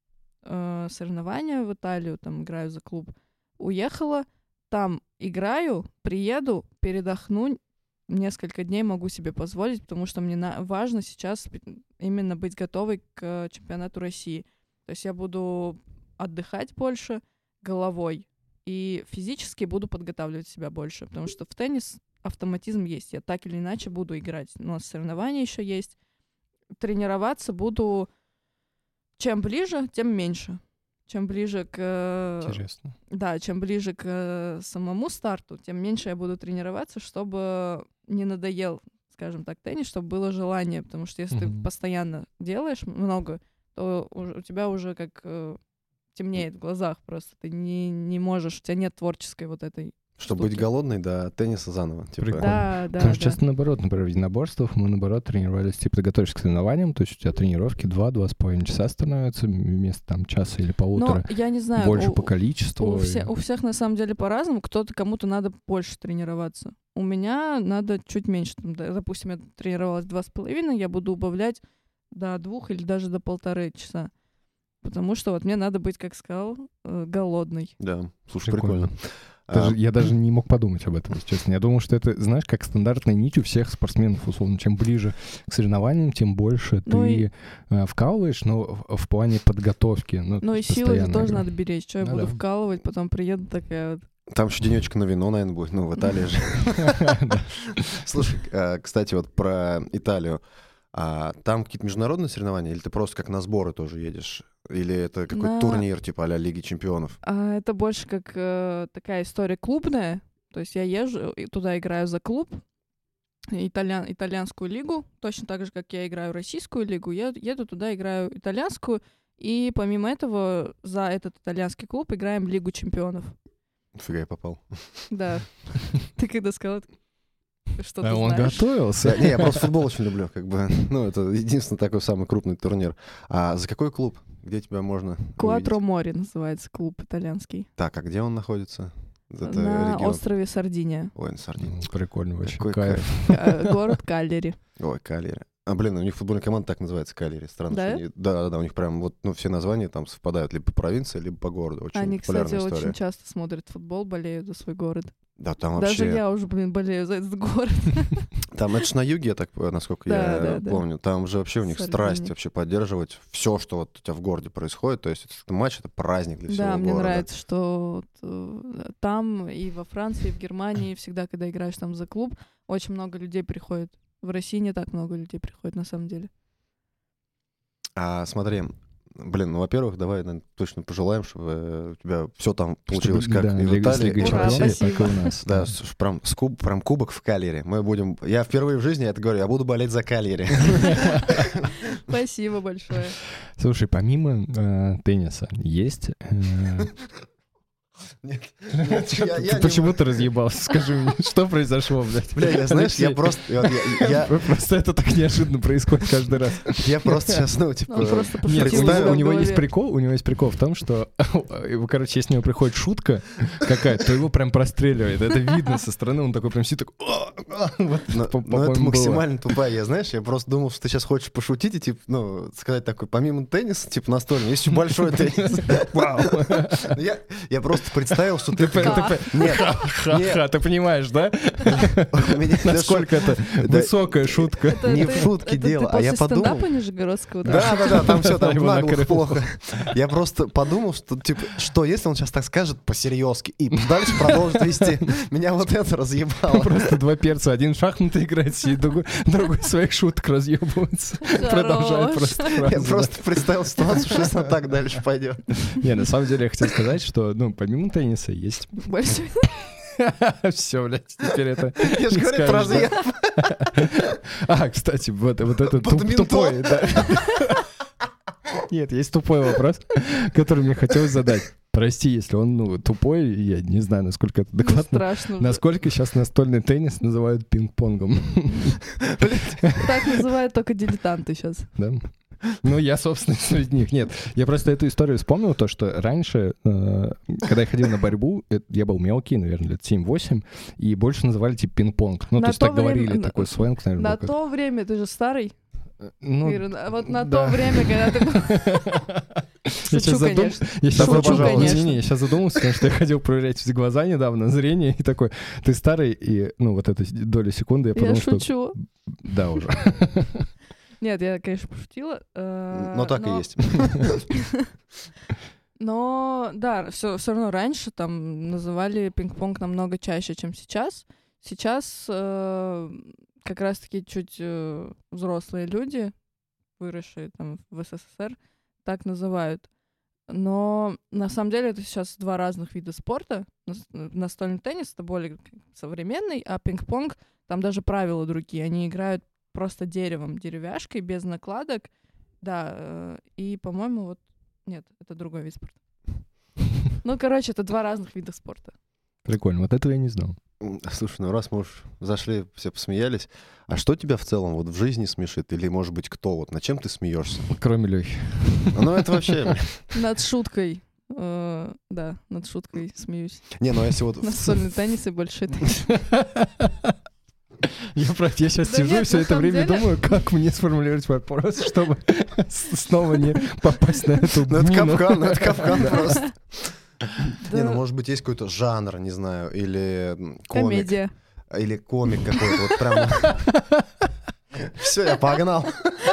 соревнования в Италию, там играю за клуб. Уехала, там играю, приеду, передохну. Несколько дней могу себе позволить, потому что мне важно сейчас именно быть готовой к чемпионату России. То есть я буду отдыхать больше головой и физически буду подготавливать себя больше, потому что в теннис автоматизм есть. Я так или иначе буду играть. У нас соревнования еще есть. Тренироваться буду чем ближе, тем меньше. Чем ближе к... Интересно. Да, чем ближе к самому старту, тем меньше я буду тренироваться, чтобы не надоел, скажем так, теннис, чтобы было желание, потому что если ты постоянно делаешь много, то у тебя уже как темнеет в глазах просто. Ты не можешь, у тебя нет творческой вот этой Чтобы быть голодной, до тенниса заново. Типа. Да. Потому что часто наоборот, например, в единоборствах мы наоборот тренировались, типа ты готовишься к соревнованиям, то есть у тебя тренировки 2-2,5 часа становятся вместо там часа или полутора. Но я не знаю, больше по количеству. У всех на самом деле по-разному. Кому-то надо больше тренироваться. У меня надо чуть меньше. Допустим, я тренировалась 2,5, я буду убавлять до 2 или даже до 1,5 часа. Потому что вот мне надо быть, как сказал, голодной. Да, слушай, прикольно. Я даже не мог подумать об этом, если честно. Я думал, что это, знаешь, как стандартная нить у всех спортсменов, условно. Чем ближе к соревнованиям, тем больше ты вкалываешь, но в плане подготовки. Ну и силы же тоже надо беречь. Что я буду вкалывать, потом приеду такая вот. Там еще денечек на вино, наверное, будет. Ну, в Италии же. Слушай, кстати, вот про Италию. Там какие-то международные соревнования, или ты просто как на сборы тоже едешь? Или это какой-то турнир, типа а-ля Лиги чемпионов? Это больше как такая история клубная. То есть я езжу, туда играю за клуб, итальянскую лигу, точно так же, как я играю российскую лигу, я еду туда, играю итальянскую, и помимо этого за этот итальянский клуб играем Лигу чемпионов. Фига, я попал. Да. Ты когда сказал... Что ты он знаешь? готовился? Не, я просто футбол очень люблю, как бы. Ну, это единственный такой самый крупный турнир. А за какой клуб? Где тебя можно Куатро Море называется клуб итальянский. Так, а где он находится? Это на регион? Острове Сардиния. Ой, на Сардинии. Прикольно вообще. Какой Кайф. Город Каллери. Ой, Каллери. У них футбольная команда так называется, Каллери. Странно, да? что они... Да, у них прям вот, все названия там совпадают либо по провинции, либо по городу. Очень они, кстати, история. очень часто смотрят футбол, болеют за свой город. Да, там вообще... Даже я уже, болею за этот город. Там это ж на юге, насколько я помню. Там же вообще у них страсть вообще поддерживать все, что вот у тебя в городе происходит. То есть этот матч — это праздник для всего города. Да, мне нравится, что там и во Франции, и в Германии всегда, когда играешь там за клуб, очень много людей приходит. В России не так много людей приходит, на самом деле. Смотри, во-первых, давай точно пожелаем, чтобы у тебя все там получилось, как и в Италии, так и у нас. Да, прям кубок в Каллери. Я впервые в жизни это говорю, я буду болеть за Каллери. Спасибо большое. Слушай, помимо тенниса есть... Нет, почему ты разъебался? Скажи мне, что произошло, блядь? Бля, я просто... Просто это так неожиданно происходит каждый раз. Я просто сейчас, Нет, у него есть прикол в том, что, короче, если у него приходит шутка какая-то, то его прям простреливает. Это видно со стороны, он такой прям сидит, Ну, это максимально тупая. Я просто думал, что ты сейчас хочешь пошутить и, сказать такой, помимо тенниса, настольный, есть еще большой теннис. Я просто просто представил, что ты... Ха-ха, ты понимаешь, да? Насколько это высокая шутка. Не в шутке дело, а я подумал... Это стендапа Нижегородского, да? Да, там все, там наглухо плохо. Я просто подумал, что, типа, что если он сейчас так скажет по-серьезки и дальше продолжит вести. Меня вот это разъебало. Просто два перца, один в шахматы играет, сидит, другой своих шуток разъебывается. Продолжает просто фразу. Я просто представил ситуацию, что если он так дальше пойдет. Не, на самом деле я хотел сказать, что, помимо тенниса есть... Большой. Все, блядь, теперь это... Я же говорю про разъеб. Кстати, вот это тупой, да. Нет, есть тупой вопрос, который мне хотелось задать. Прости, если он, тупой, я не знаю, насколько это адекватно. Страшно. Насколько сейчас настольный теннис называют пинг-понгом? Так называют только дилетанты сейчас. Да? Я, собственно, среди них. Нет, я просто эту историю вспомнил, то, что раньше, когда я ходил на борьбу, я был мелкий, наверное, лет 7-8, и больше называли типа пинг-понг. То есть так говорили, такой сленг, наверное. На то время ты же старый. Вот на да. то время, когда ты был... Шучу, конечно. Я сейчас задумался, потому что я ходил проверять глаза недавно, зрение, и такой, ты старый, и, вот эту долю секунды я подумал, что... Я шучу. Да, уже. Нет, я, конечно, пошутила. Но так и есть. Но, да, все равно раньше там называли пинг-понг намного чаще, чем сейчас. Сейчас как раз-таки чуть взрослые люди, выросшие там в СССР, так называют. Но на самом деле это сейчас два разных вида спорта. Настольный теннис — это более современный, а пинг-понг, там даже правила другие. Они играют просто деревом, деревяшкой, без накладок. Да, и, по-моему, нет, это другой вид спорта. Короче, это два разных вида спорта. Прикольно, вот этого я не знал. Слушай, раз мы уж зашли, все посмеялись, а что тебя в целом в жизни смешит? Или, может быть, кто? Над чем ты смеешься? Кроме Лёхи. Это вообще... Над шуткой. Да, над шуткой смеюсь. Если Настольный теннис и большой теннис. Я сейчас сижу и все это время думаю, как мне сформулировать вопрос, чтобы снова не попасть на эту мину. Это капкан просто. Может быть, есть какой-то жанр, не знаю, или комик. Комедия. Или комик какой-то, прям... Все, я погнал.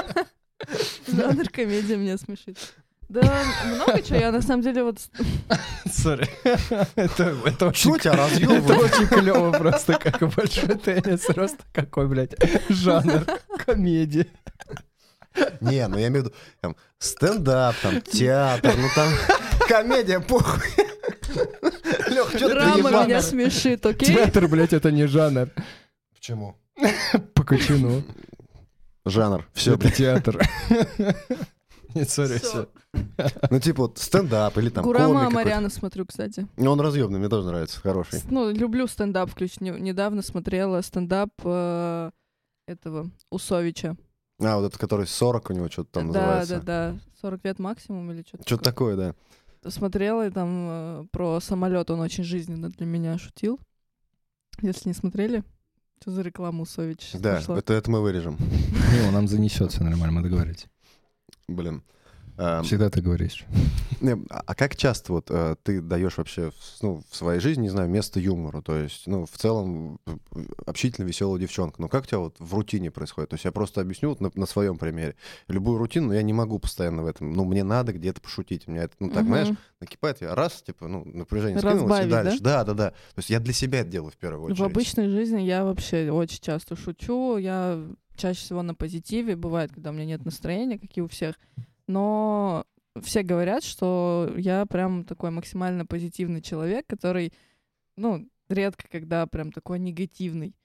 Жанр комедия меня смешит. Да, много чего. Я на самом деле Сори. Это очень... Что тебя разъёбывает? Это очень клёво просто, как и большой теннис. Просто какой, блядь, жанр комедии. Не, я имею в виду там стендап, там театр, там комедия, похуй. Лёх, что ты драма ебаный? меня смешит, окей? Театр, блядь, это не жанр. Почему? По качану. Жанр. Все, Это театр. Нет, сори, все. Стендап или там Гурама комик Амаряна смотрю, кстати. Он разъемный, мне тоже нравится, хороший. Люблю стендап Недавно смотрела стендап этого Усовича. Вот это, который 40 у него что-то там называется. Да. 40 лет максимум или что-то. Что-то такое, да. Смотрела, и там про самолет он очень жизненно для меня шутил. Если не смотрели, что за реклама Усович? Да, это мы вырежем. Не, он нам занесется нормально, мы договорились. Блин. Всегда ты говоришь. А как часто ты даешь вообще в своей жизни, не знаю, место юмору? То есть, в целом, общительно веселая девчонка. Но как у тебя в рутине происходит? То есть я просто объясню на своем примере. Любую рутину, но я не могу постоянно в этом. Мне надо где-то пошутить. У меня это, знаешь, накипает. Я напряжение скинулось и дальше. Да. То есть я для себя это делаю в первую очередь. В обычной жизни я вообще очень часто шучу. Я чаще всего на позитиве. Бывает, когда у меня нет настроения, как и у всех. Но все говорят, что я прям такой максимально позитивный человек, который, редко когда прям такой негативный.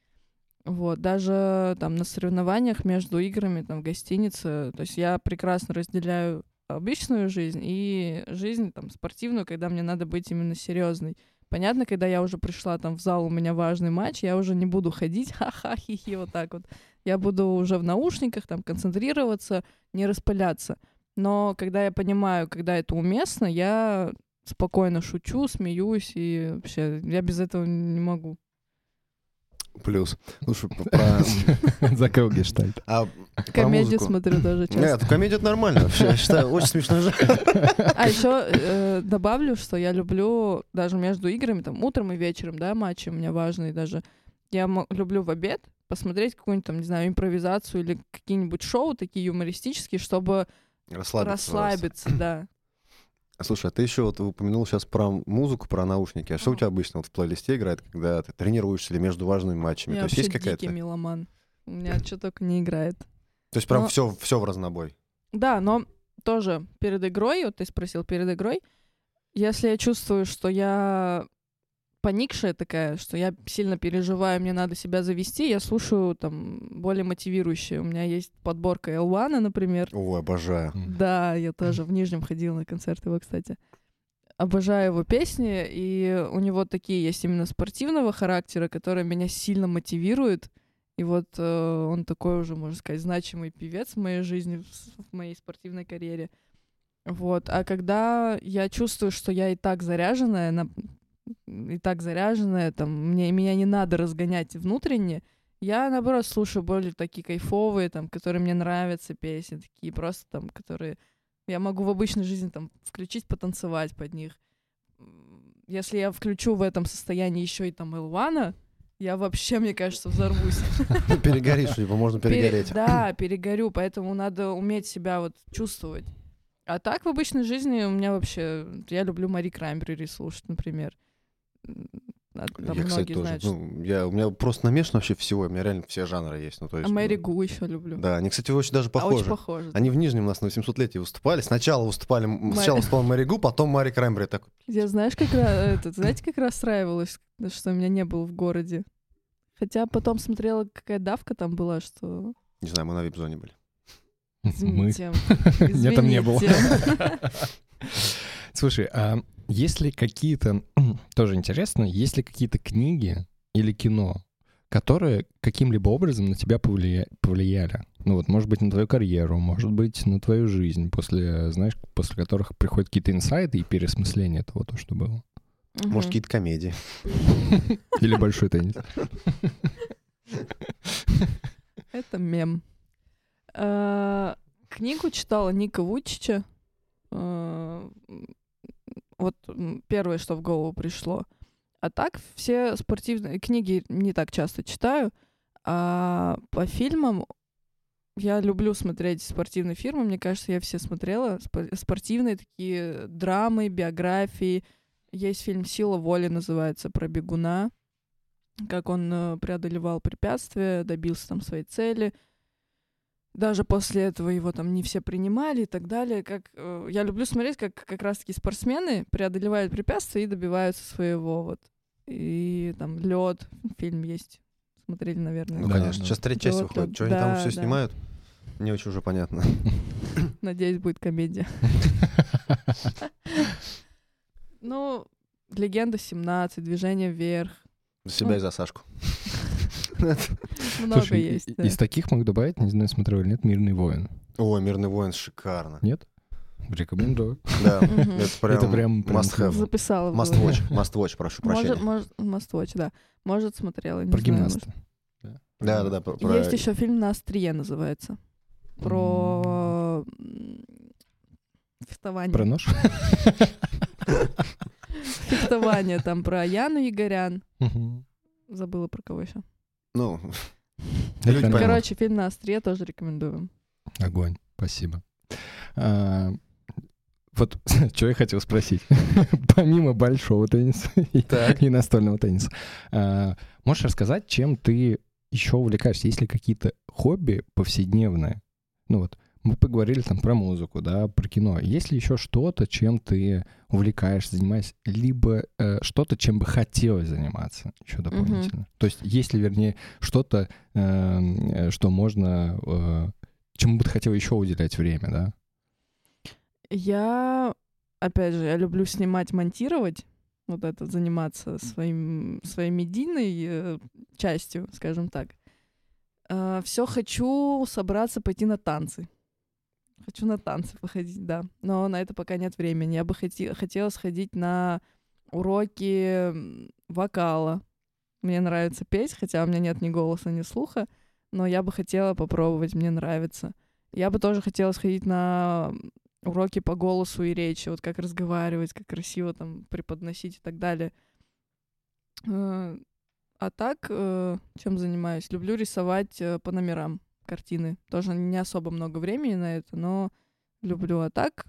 Даже там на соревнованиях между играми, там в гостинице, то есть я прекрасно разделяю обычную жизнь и жизнь там спортивную, когда мне надо быть именно серьезной. Понятно, когда я уже пришла там в зал, у меня важный матч, я уже не буду ходить, ха-ха, хи-хи, вот так вот. Я буду уже в наушниках, там концентрироваться, не распыляться. Но когда я понимаю, когда это уместно, я спокойно шучу, смеюсь, и вообще я без этого не могу. Плюс. Слушай, Закрыл гештальт. Комедию смотрю тоже часто. Нет, комедия это нормально вообще. Я считаю, очень смешной жанр. А еще добавлю, что я люблю даже между играми, там, утром и вечером, да, матчи у меня важные даже. Я люблю в обед посмотреть какую-нибудь, там, не знаю, импровизацию или какие-нибудь шоу такие юмористические, чтобы расслабиться, да. Слушай, а ты еще вот упомянул сейчас про музыку, про наушники. А что у тебя обычно вот в плейлисте играет, когда ты тренируешься или между важными матчами? Я То есть вообще есть какая-то... дикий меломан. У меня что только не играет. То есть прям все в разнобой? Да, но тоже перед игрой, вот ты спросил, перед игрой, если я чувствую, что я поникшая такая, что я сильно переживаю, мне надо себя завести, я слушаю там более мотивирующие. У меня есть подборка L1, например. Ой, обожаю. Да, я тоже в Нижнем ходила на концерт его, кстати. Обожаю его песни, и у него такие есть именно спортивного характера, которые меня сильно мотивируют. И вот он такой уже, можно сказать, значимый певец в моей жизни, в моей спортивной карьере. Вот. А когда я чувствую, что я и так заряженная, там, меня не надо разгонять внутренне, я, наоборот, слушаю более такие кайфовые, там, которые мне нравятся песни, такие просто там, которые я могу в обычной жизни там включить, потанцевать под них. Если я включу в этом состоянии еще и там L1, я вообще, мне кажется, взорвусь. Перегоришь, либо можно перегореть. Да, перегорю, поэтому надо уметь себя вот чувствовать. А так в обычной жизни у меня вообще... Я люблю Мари Краймбрери слушать, например. Там я, кстати, тоже. У меня просто намешано вообще всего. У меня реально все жанры есть. Ну, то есть, Мэри Гу еще люблю. Да, они, кстати, очень даже похожи. Очень похожи. Они в Нижнем у нас на 800-летии выступали. Сначала выступал Мэри Гу, потом Мари Краймбрери. Я, знаете, как расстраивалась, что меня не было в городе. Хотя потом смотрела, какая давка там была, что... Не знаю, мы на вип-зоне были. Извините. Я там не был. Слушай, а есть ли какие-то, тоже интересно, есть ли какие-то книги или кино, которые каким-либо образом на тебя повлияли? Ну вот, может быть, на твою карьеру, может быть, на твою жизнь, после которых приходят какие-то инсайты и переосмысление того, то, что было. Может, какие-то комедии. Или большой теннис. Это мем. Книгу читала Ника Вуйчича. Вот первое, что в голову пришло. А так все спортивные книги не так часто читаю. А по фильмам я люблю смотреть спортивные фильмы. Мне кажется, я все смотрела. Спортивные такие драмы, биографии. Есть фильм «Сила воли» называется, про бегуна. Как он преодолевал препятствия, добился там своей цели. Даже после этого его там не все принимали и так далее. Я люблю смотреть, как раз-таки спортсмены преодолевают препятствия и добиваются своего. Вот. И там «Лёд» фильм есть. Смотрели, наверное. Ну, конечно. Сейчас третья часть выходит. Что они там все снимают? Не очень уже понятно. Надеюсь, будет комедия. Ну, «Легенда 17», «Движение вверх». За себя и за Сашку. Много Слушай, есть. Из таких могу добавить, не знаю, смотрел или нет, «Мирный воин». Ой, «Мирный воин» шикарно. Нет? Рекомендую. Да, это прям must have. Записала. Must watch, прошу прощения. Must watch, да. Может, смотрела. Про гимнаста. Да. Есть еще фильм «На острие» называется. Про фехтование. Про нож? Фехтование там про Яну Егорян. Забыла про кого еще. Ну, короче, фильм «На острие» тоже рекомендую. Огонь, спасибо. Вот что я хотел спросить. Помимо большого тенниса и настольного тенниса, можешь рассказать, чем ты еще увлекаешься? Есть ли какие-то хобби повседневные? Ну вот, мы поговорили там про музыку, да, про кино. Есть ли еще что-то, чем ты увлекаешься, занимаешься, либо что-то, чем бы хотелось заниматься еще дополнительно? То есть есть ли, вернее, что-то, что можно, чему бы ты хотел еще уделять время, да? Я люблю снимать, монтировать, вот это, заниматься своей медийной частью, скажем так. Все хочу собраться пойти на танцы. Хочу на танцы походить, да. Но на это пока нет времени. Я бы хотела сходить на уроки вокала. Мне нравится петь, хотя у меня нет ни голоса, ни слуха. но я бы хотела попробовать, мне нравится. Я бы тоже хотела сходить на уроки по голосу и речи, вот как разговаривать, как красиво там преподносить и так далее. А так, чем занимаюсь? Люблю рисовать по номерам картины. Тоже не особо много времени на это, но люблю. А так,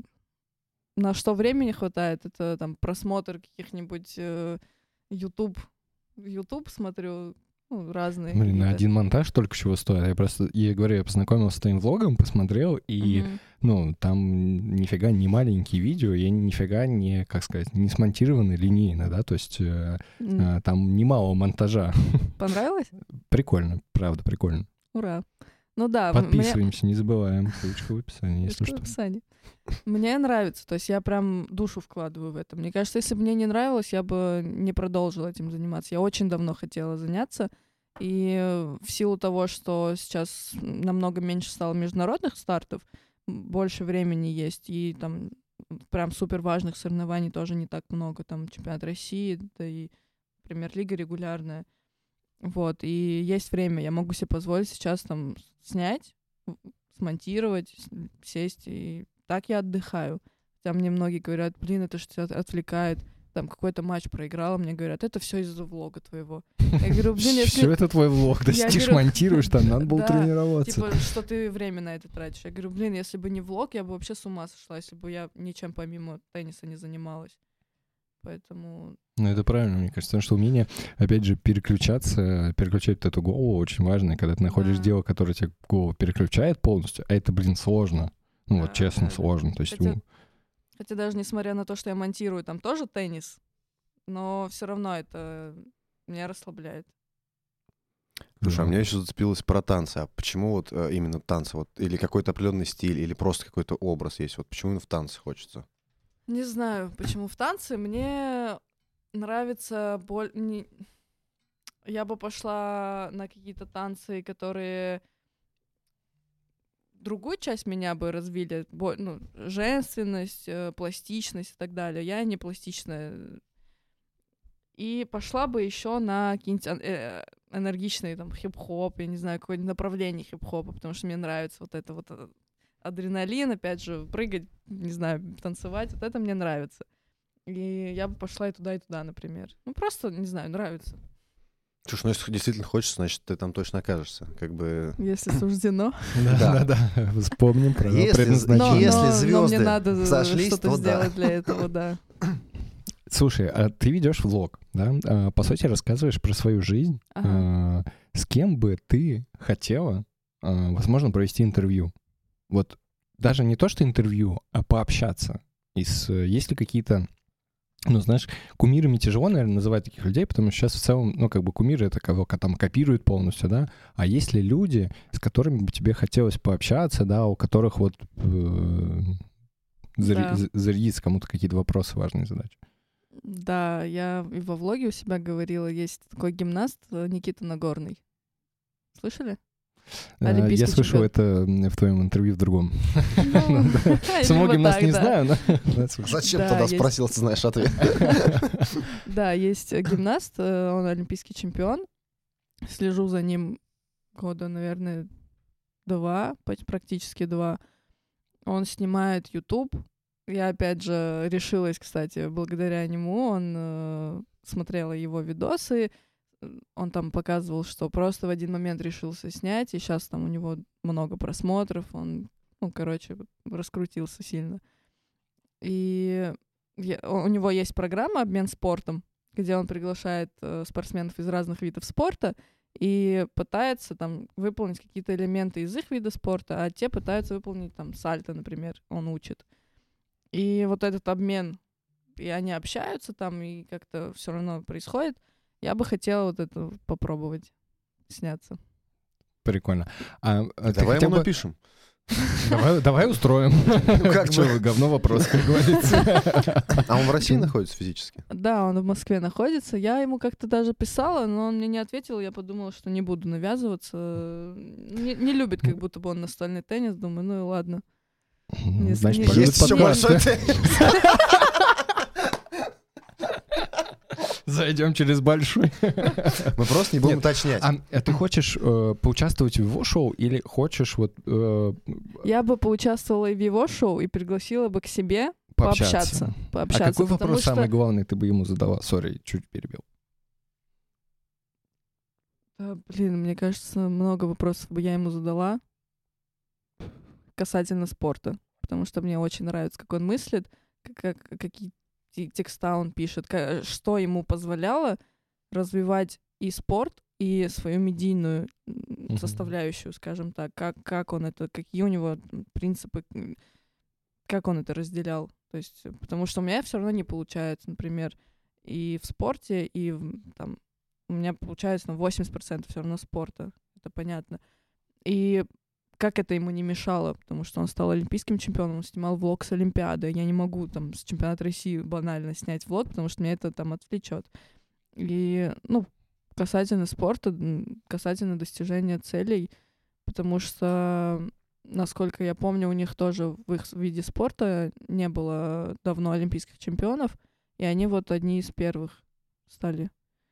на что времени хватает, это там просмотр каких-нибудь YouTube смотрю, разные. Блин, на один монтаж только чего стоит. Я говорю, я познакомился с твоим влогом, посмотрел, и, там нифига не маленькие видео, и нифига не, как сказать, не смонтированы линейно, да, то есть там немало монтажа. Понравилось? Прикольно, правда, прикольно. Ура. Ну да. Подписываемся, не забываем. Ссылочка в описании, если что. В описании. Мне нравится, то есть я прям душу вкладываю в это. Мне кажется, если бы мне не нравилось, я бы не продолжила этим заниматься. Я очень давно хотела заняться, и в силу того, что сейчас намного меньше стало международных стартов, больше времени есть, и там прям супер важных соревнований тоже не так много. Там чемпионат России, да и премьер-лига регулярная. Вот, и есть время, я могу себе позволить сейчас там снять, смонтировать, сесть, и так я отдыхаю. Там мне многие говорят, блин, это же тебя отвлекает. Там какой-то матч проиграла, мне говорят, это все из-за влога твоего. Я говорю, блин, если... Все это твой влог, да сидишь, монтируешь, там надо было тренироваться. Типа, что ты время на это тратишь. Я говорю, блин, если бы не влог, я бы вообще с ума сошла, если бы я ничем помимо тенниса не занималась. Поэтому... Ну, это правильно, мне кажется, потому что умение, опять же, переключать вот эту голову очень важно, и когда ты находишь дело, которое тебе голову переключает полностью, а это, блин, сложно. Ну, вот честно, сложно. То есть... Хотя даже несмотря на то, что я монтирую там тоже теннис, но все равно это меня расслабляет. Слушай, а меня еще зацепилось про танцы. А почему вот именно танцы? Вот, или какой-то определенный стиль, или просто какой-то образ есть? Вот почему именно в танцы хочется? Не знаю, почему в танцы. Мне нравится... Я бы пошла на какие-то танцы, которые... другую часть меня бы развили, женственность, пластичность и так далее. Я не пластичная. И пошла бы еще на какие-нибудь энергичные там хип-хоп, я не знаю, какое-нибудь направление хип-хопа, потому что мне нравится вот это вот адреналин, опять же, прыгать, не знаю, танцевать, вот это мне нравится. И я бы пошла и туда, например. Просто, не знаю, нравится. Слушай, ну если действительно хочешь, значит, ты там точно окажешься. Как бы... Если суждено. Да. Вспомним про предназначение. Если звезды мне надо сошлись, что-то то сделать для этого, да. Слушай, а ты ведешь влог, да? По сути, рассказываешь про свою жизнь. С кем бы ты хотела, возможно, провести интервью? Вот даже не то, что интервью, а пообщаться. Есть ли какие-то... Ну, знаешь, кумирами тяжело, наверное, называть таких людей, потому что сейчас в целом, кумиры — это кого там копируют полностью, да? А есть ли люди, с которыми бы тебе хотелось пообщаться, да, у которых вот зарядиться кому-то какие-то вопросы важные задать? Да, я и во влоге у себя говорила, есть такой гимнаст Никита Нагорный. Слышали? Я слышал это в твоем интервью в другом. Самого гимнаста не знаю, но... Зачем тогда спросил, ты знаешь ответ? Да, есть гимнаст, он олимпийский чемпион. Слежу за ним года, наверное, 2, практически 2. Он снимает YouTube. Я, опять же, решилась, кстати, благодаря нему. Он смотрела его видосы. Он там показывал, что просто в один момент решился снять, и сейчас там у него много просмотров, он, раскрутился сильно. И у него есть программа «Обмен спортом», где он приглашает спортсменов из разных видов спорта и пытается там выполнить какие-то элементы из их вида спорта, а те пытаются выполнить там сальто, например, он учит. И вот этот обмен, и они общаются там, и как-то все равно происходит. Я бы хотела вот это попробовать сняться. Прикольно. Давай ему напишем. Давай устроим. Как бы говно вопрос, как говорится. А он в России находится физически? Да, он в Москве находится. Я ему как-то даже писала, но он мне не ответил. Я подумала, что не буду навязываться. Не любит, как будто бы он настольный теннис. Думаю, ну и ладно. Значит, есть еще большой теннис. Зайдем через большой. Мы просто не будем уточнять. А ты хочешь поучаствовать в его шоу или хочешь вот... Я бы поучаствовала и в его шоу, и пригласила бы к себе пообщаться. А какой вопрос самый главный ты бы ему задала? Сори, чуть перебил. Да, блин, мне кажется, много вопросов бы я ему задала касательно спорта, потому что мне очень нравится, как он мыслит, какие текста он пишет, что ему позволяло развивать и спорт, и свою медийную составляющую, скажем так, как он это, какие у него принципы, как он это разделял. То есть, потому что у меня все равно не получается, например, и в спорте, и там у меня получается 80% все равно спорта, это понятно. И как это ему не мешало, потому что он стал олимпийским чемпионом, он снимал влог с Олимпиады. Я не могу там с чемпионата России банально снять влог, потому что меня это там отвлечет. И, касательно спорта, касательно достижения целей, потому что, насколько я помню, у них тоже в их виде спорта не было давно олимпийских чемпионов, и они вот одни из первых стали.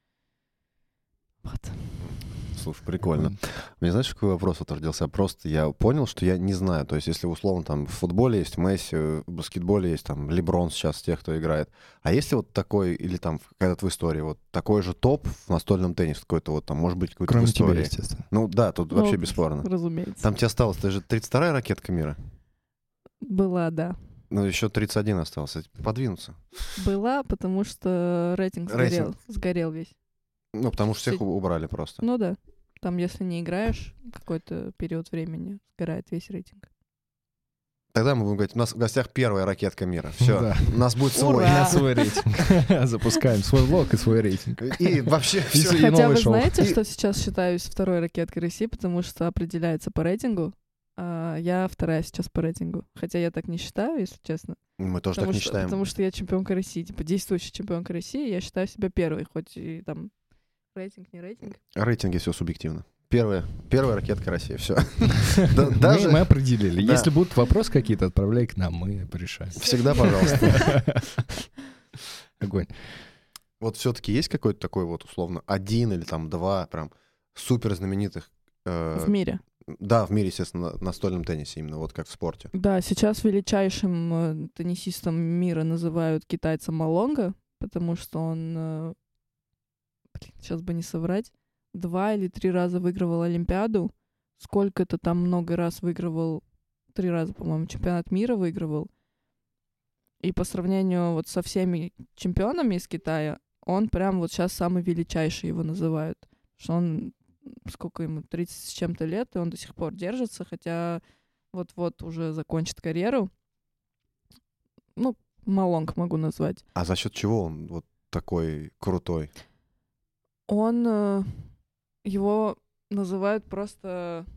Вот. Слушай, прикольно. Мне знаешь, какой вопрос вот родился? Просто я понял, что я не знаю. То есть, если условно там в футболе есть Месси, в баскетболе есть там Леброн сейчас, тех, кто играет. А если вот такой, или там когда-то в истории, вот такой же топ в настольном теннисе, какой-то вот там, может быть, какой-то кроме в истории? Тебя, естественно. Ну да, тут вообще бесспорно. Разумеется. Там тебе осталось, ты же 32-я ракетка мира? Была, да. Ну, еще 31 остался. Подвинуться. Была, потому что рейтинг сгорел весь. Ну, потому что всех убрали просто. Ну да. Там, если не играешь какой-то период времени, сгорает весь рейтинг. Тогда мы будем говорить, у нас в гостях первая ракетка мира. Все, да. У нас будет свой. Свой рейтинг. Запускаем свой влог и свой рейтинг. И вообще все. Хотя вы знаете, что сейчас считаюсь второй ракеткой России, потому что определяется по рейтингу. А я вторая сейчас по рейтингу. Хотя я так не считаю, если честно. Мы тоже так не считаем. Потому что я чемпионка России, типа действующая чемпионка России, я считаю себя первой, хоть и там рейтинг, не рейтинг. Рейтинги все субъективно. Первая ракетка России, все. Мы определили. Если будут вопросы какие-то, отправляй к нам, мы порешаем. Всегда, пожалуйста. Огонь. Вот все-таки есть какой-то такой вот условно один или там два прям супер знаменитых... В мире. Да, в мире, естественно, на настольном теннисе, именно вот как в спорте. Да, сейчас величайшим теннисистом мира называют китайца Малонга, потому что он, сейчас бы не соврать, 2 или 3 раза выигрывал Олимпиаду, сколько-то там много раз выигрывал, 3 раза, по-моему, чемпионат мира выигрывал. И по сравнению вот со всеми чемпионами из Китая, он прям вот сейчас самый величайший его называют. Что он, сколько ему, 30 с чем-то лет, и он до сих пор держится, хотя вот-вот уже закончит карьеру. Ну, Малонг могу назвать. А за счет чего он вот такой крутой? Он... Его называют просто...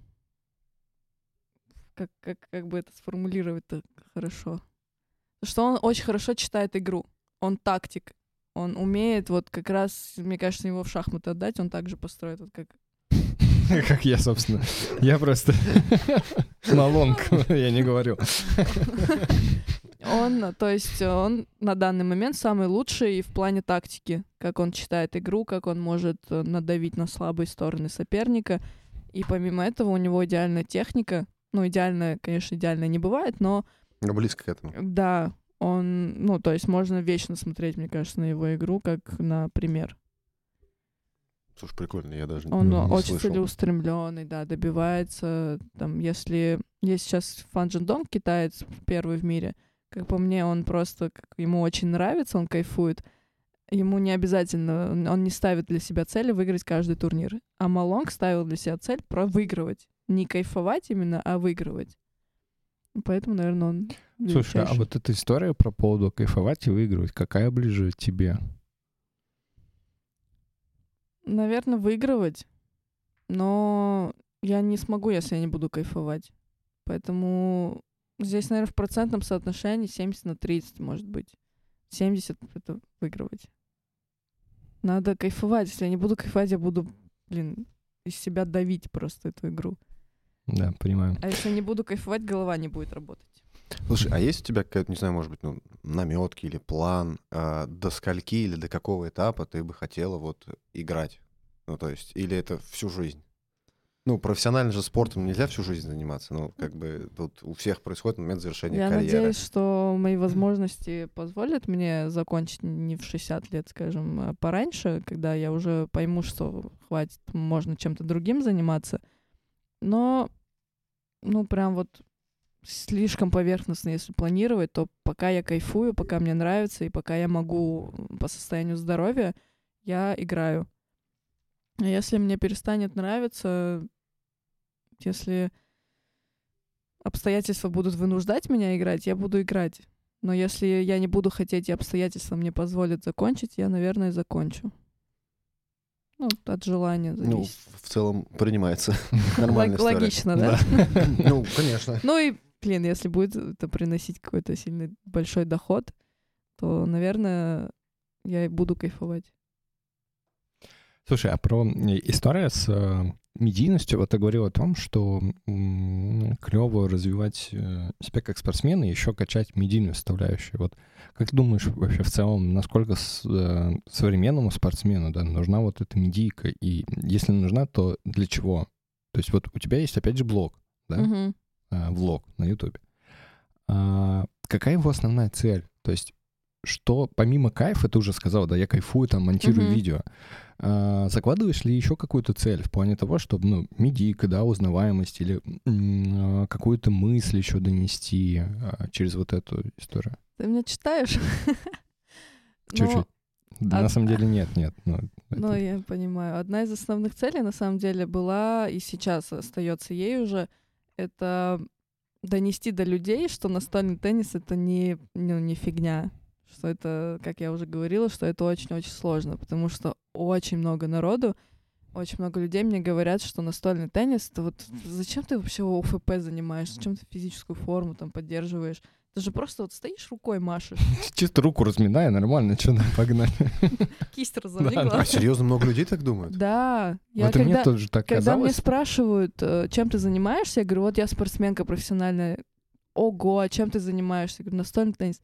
Как бы это сформулировать-то хорошо? Что он очень хорошо читает игру. Он тактик. Он умеет вот как раз, мне кажется, его в шахматы отдать, он также построит, вот как... Как я, собственно. Я просто... Малонг, я не говорю. Он на данный момент самый лучший в плане тактики, как он читает игру, как он может надавить на слабые стороны соперника. И помимо этого у него идеальная техника. Ну, идеальная, конечно, идеальная не бывает, но... Близко к этому. Да, то есть можно вечно смотреть, мне кажется, на его игру, как на пример. Слушай, прикольно, я даже он не очень слышал. целеустремленный, да, добивается. Там, если есть сейчас Фан Чжэндонг, китаец первый в мире, как по мне, он просто, ему очень нравится, он кайфует. Ему не обязательно, он не ставит для себя цели выиграть каждый турнир. А Малонг ставил для себя цель выигрывать. Не кайфовать именно, а выигрывать. Поэтому, наверное, он величайший. Слушай, а вот эта история про поводу кайфовать и выигрывать, какая ближе тебе? Наверное, выигрывать. Но я не смогу, если я не буду кайфовать. Поэтому здесь, наверное, в процентном соотношении 70/30, может быть. 70 — это выигрывать. Надо кайфовать. Если я не буду кайфовать, я буду, из себя давить просто эту игру. Да, понимаю. А если не буду кайфовать, голова не будет работать. Слушай, а есть у тебя какая-то, не знаю, может быть, ну, наметки или план, до скольки или до какого этапа ты бы хотела вот играть? Ну, то есть, или это всю жизнь? Ну, профессиональным же спортом нельзя всю жизнь заниматься, ну, как бы тут у всех происходит момент завершения Я карьеры. надеюсь, что мои возможности позволят мне закончить не в 60 лет, скажем, а пораньше, когда я уже пойму, что хватит, можно чем-то другим заниматься. Но, ну, прям вот слишком поверхностно, если планировать, то пока я кайфую, пока мне нравится, и пока я могу по состоянию здоровья, я играю. А если мне перестанет нравиться, если обстоятельства будут вынуждать меня играть, я буду играть. Но если я не буду хотеть, и обстоятельства мне позволят закончить, я, наверное, закончу. Ну, от желания зависит. Ну, в целом принимается. Нормальная история. Логично, да? Ну, конечно. Ну и, блин, если будет это приносить какой-то сильный большой доход, то, наверное, я и буду кайфовать. Слушай, а про историю с медийностью, вот ты говорил о том, что клево развивать себя как спортсмена и еще качать медийную составляющую. Вот как ты думаешь вообще в целом, насколько современному спортсмену, да, нужна вот эта медийка? И если нужна, то для чего? То есть вот у тебя есть опять же блог, да? Влог на Ютубе. Какая его основная цель? То есть что помимо кайфа, ты уже сказал, да, я кайфую, там, монтирую видео, закладываешь ли еще какую-то цель в плане того, чтобы, ну, медийка, да, узнаваемость или какую-то мысль еще донести через вот эту историю? Ты меня читаешь? Чуть-чуть. На самом деле нет. Ну, я понимаю. Одна из основных целей, на самом деле, была и сейчас остается ей уже, это донести до людей, что настольный теннис — это не фигня. Что это, как я уже говорила, что это очень-очень сложно, потому что очень много народу, очень много людей мне говорят, что настольный теннис — это вот зачем ты вообще ОФП занимаешься, зачем ты физическую форму там поддерживаешь? Ты же просто вот стоишь, рукой машешь. Чисто руку разминай, нормально, что там, погнали. Кисть разомни, главное. А серьезно, много людей так думают? Да. Это мне тоже так казалось. Когда мне спрашивают, чем ты занимаешься, я говорю, вот я спортсменка профессиональная. Ого, а чем ты занимаешься? Я говорю, настольный теннис.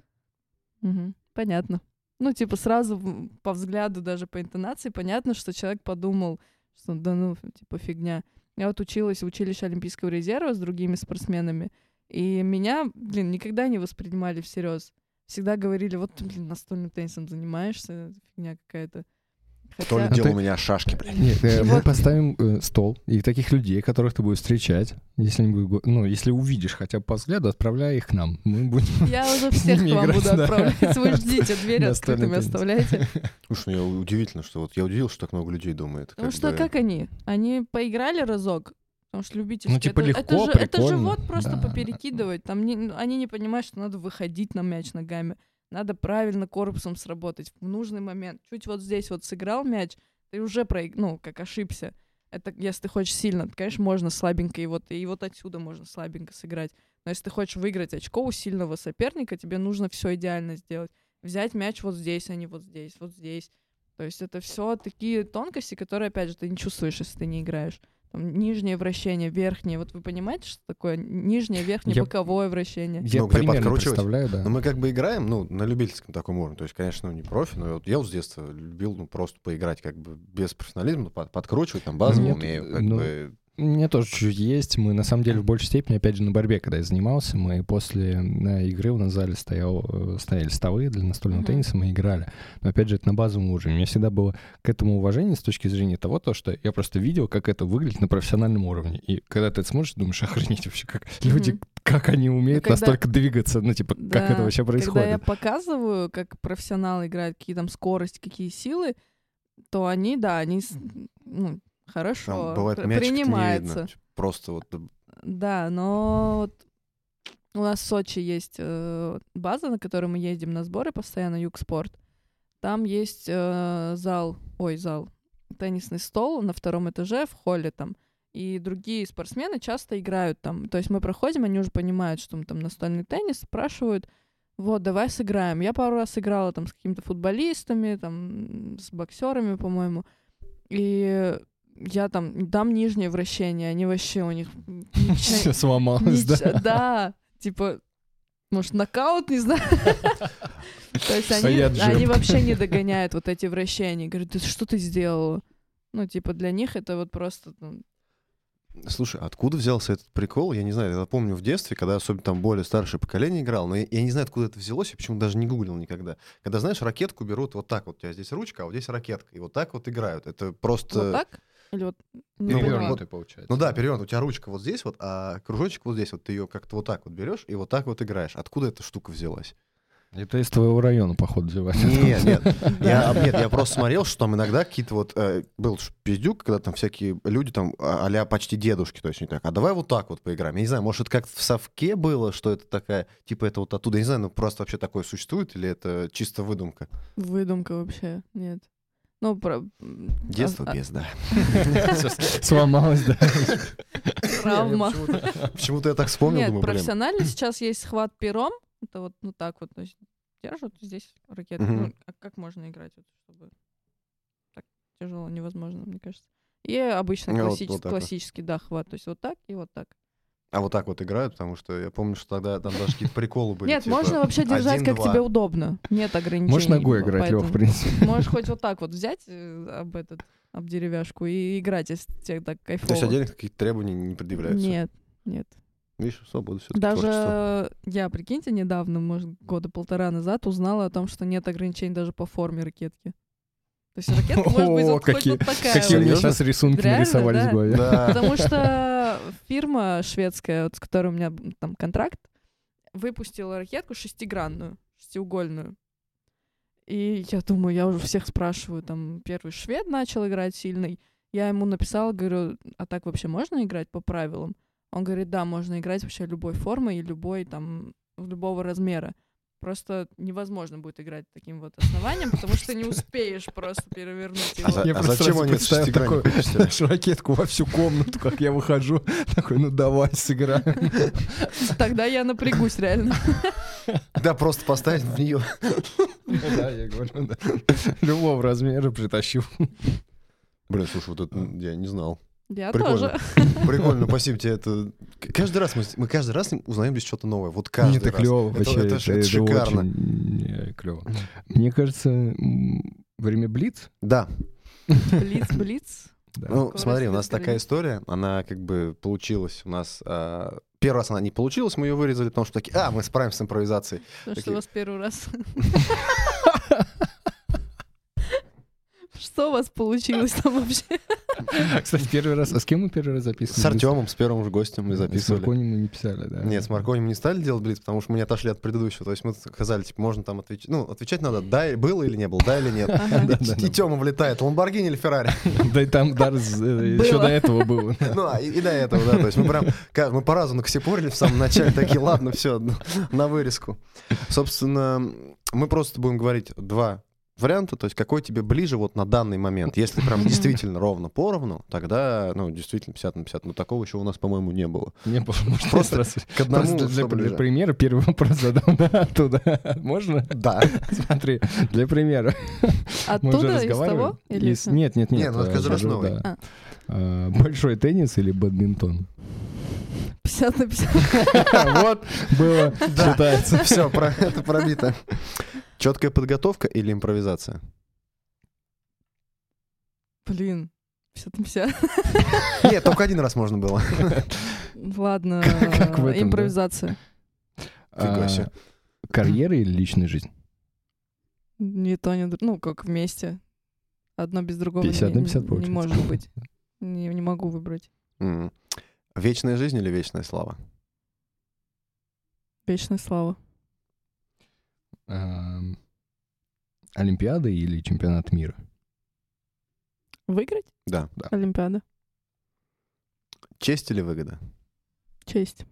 Угу, понятно. Ну, типа, сразу по взгляду, даже по интонации, понятно, что человек подумал, что да ну, типа, фигня. Я вот училась в училище Олимпийского резерва с другими спортсменами, и меня, блин, никогда не воспринимали всерьез. Всегда говорили, вот ты, блин, настольным теннисом занимаешься, фигня какая-то. То ли дело у меня шашки, блин. Нет, мы поставим стол, и таких людей, которых ты будешь встречать, если увидишь хотя бы по взгляду, отправляй их к нам. Мы будем. Я уже всех к вам буду отправлять. Вы ждите, двери открытыми оставляйте. Слушай, ну удивительно, что вот я удивился, что так много людей думает. Потому что как они? Они поиграли разок, потому что любительские. Ну, типа легко, это же вот просто поперекидывать. Там они не понимают, что надо выходить на мяч ногами. Надо правильно корпусом сработать в нужный момент. Чуть вот здесь вот сыграл мяч, ты уже как ошибся. Это если ты хочешь сильно, то, конечно, можно слабенько, и вот отсюда можно слабенько сыграть. Но если ты хочешь выиграть очко у сильного соперника, тебе нужно все идеально сделать. Взять мяч вот здесь, а не вот здесь, вот здесь. То есть это все такие тонкости, которые, опять же, ты не чувствуешь, если ты не играешь. Там, нижнее вращение, верхнее. Вот вы понимаете, что такое нижнее, верхнее, боковое вращение? Я примерно представляю, да. Но мы как бы играем, на любительском таком уровне. То есть, конечно, не профи, но вот я вот с детства любил, просто поиграть как бы без профессионализма, подкручивать, там, базово умею, Мне тоже чуть есть. Мы, на самом деле, в большей степени, опять же, на борьбе, когда я занимался, мы после игры у нас в зале стояли столы для настольного тенниса, мы играли. Но, опять же, это на базовом уровне. У меня всегда было к этому уважение с точки зрения того, что я просто видел, как это выглядит на профессиональном уровне. И когда ты это смотришь, думаешь, охренеть вообще, как люди, как они умеют настолько двигаться, как это вообще происходит. Когда я показываю, как профессионалы играют, какие там скорости, какие силы, то они, хорошо, там бывает, принимается. Не видно, просто вот. Да, но вот у нас в Сочи есть база, на которой мы ездим на сборы постоянно, Югспорт. Там есть теннисный стол на 2-м этаже в холле там. И другие спортсмены часто играют там. То есть мы проходим, они уже понимают, что мы там настольный теннис, спрашивают, вот, давай сыграем. Я пару раз играла там с какими-то футболистами, там, с боксерами, по-моему. И я там дам нижнее вращение, они вообще у них... Все сломалось, да? Да, типа, Может, нокаут, не знаю. То есть они вообще не догоняют вот эти вращения. Говорят, ты что ты сделала? Ну, типа, для них это вот просто... Слушай, откуда взялся этот прикол? Я не знаю, я помню в детстве, когда особенно там более старшее поколение играл, но я не знаю, откуда это взялось, я почему-то даже не гуглил никогда. Когда, знаешь, ракетку берут вот так вот, у тебя здесь ручка, а вот здесь ракетка, и вот так вот играют. Это просто... Вот так? Или вот... Перевернутый, получается. Ну да, перевернутый. У тебя ручка вот здесь вот, а кружочек вот здесь вот, ты ее как-то вот так вот берешь и вот так вот играешь. Откуда эта штука взялась? Это из твоего района, походу, взялась. Нет. Я просто смотрел, что там иногда какие-то вот... Был пиздюк, когда там всякие люди там а-ля почти дедушки, то есть не так. А давай вот так вот поиграем. Я не знаю, может, это как-то в совке было, что это такая... Типа это вот оттуда. Я не знаю, ну просто вообще такое существует или это чисто выдумка? Выдумка вообще, нет. Ну, Детство без, да. Сломалось, да. Травма. Почему-то я так вспомнил, Нет, думаю, блин. профессионально сейчас есть схват пером. Это вот, ну так вот, то есть держат здесь ракетку. Ну, а как можно играть, вот, чтобы так тяжело, невозможно, мне кажется. И обычно классический, да, хват. То есть вот так и вот так. А вот так вот играют, потому что я помню, что тогда там даже какие-то приколы были. Нет, типа, можно вообще держать, 1, как 2. тебе удобно. Нет ограничений. Можешь ногой играть, Лёх, в принципе. Можешь хоть вот так вот взять об деревяшку и играть, если тебе так кайфово. То есть отдельных каких-то требований не предъявляются? Нет. Видишь, свобода всё-таки Даже творчество. я, прикиньте, недавно, может, года 1.5 назад узнала о том, что нет ограничений даже по форме ракетки. То есть ракетка может быть вот хоть вот такая. Какие у вот. меня сейчас рисунки Реально, нарисовались да? в голове. Да. Потому что фирма шведская, вот, с которой у меня там контракт, выпустила ракетку шестигранную, шестиугольную. И я думаю, я уже всех спрашиваю, там первый швед начал играть сильный. Я ему написала, говорю, а так вообще можно играть по правилам? Он говорит, да, можно играть вообще любой формы и любой там, любого размера. Просто невозможно будет играть таким вот основанием, потому что ты не успеешь просто перевернуть его. Я просто зачем сразу они представил шестигранник такую, выпустили? знаешь, ракетку во всю комнату, как я выхожу, такой, ну давай сыграем. Тогда я напрягусь реально. Да, просто поставить в нее. Да, я говорю, да. Любого размера притащил. Блин, слушай, вот это я не знал. Я Прикольно. тоже. Прикольно, спасибо тебе. Это каждый раз мы каждый раз узнаем здесь что-то новое. Вот каждый Мне это раз. клево, вообще. Это шикарно. Очень клево. Мне кажется, время Блиц. Да. Блиц. Да. Ну, Скоро смотри, у нас сверху, такая история, она как бы получилась у нас... Первый раз она не получилась, мы ее вырезали, потому что такие, мы справимся с импровизацией. Потому что Такие. у вас первый раз. Что у вас получилось там вообще? Кстати, первый раз... А с кем мы первый раз записывали? С Артемом, с первым же гостем мы С записывали. Маркони мы не писали, да? Нет, с Маркони мы не стали делать блиц, потому что мы не отошли от предыдущего. То есть мы сказали, типа, можно там отвечать. Ну, отвечать надо, да, было или не было, да или нет. И Тёма влетает, Ламборгини или Феррари. Да и там еще до этого было. Ну, и до этого, да. То есть мы прям, мы по разу накосипорили в самом начале, такие, ладно, все, на вырезку. Собственно, мы просто будем говорить два варианта, то есть какой тебе ближе вот на данный момент. Если прям действительно ровно поровну, тогда, ну, действительно 50 на 50. Но такого еще у нас, по-моему, не было. Не было. Может, Просто раз к одному, просто что ближе. для примера первый вопрос задал, да, оттуда. Можно? Да. Смотри, для примера. Мы уже Оттуда, из разговаривали. того? Или что? Нет. Не, ну это каждый раз скажу, новый. да. Большой теннис или бадминтон? 50 на 50. Вот было, считается. Все, это пробито. Четкая подготовка или импровизация? Блин, 50 на 50. Нет, только один раз можно было. Ладно, Как в этом, да? импровизация. Фига себе. Карьера или личная жизнь? Не то, не другое. Ну, как вместе. Одно без другого 50 на 50 не получается. может быть. Не могу выбрать. Вечная жизнь или вечная слава? Вечная слава. Олимпиада или чемпионат мира? Выиграть? Да. Олимпиада. Честь или выгода? Честь.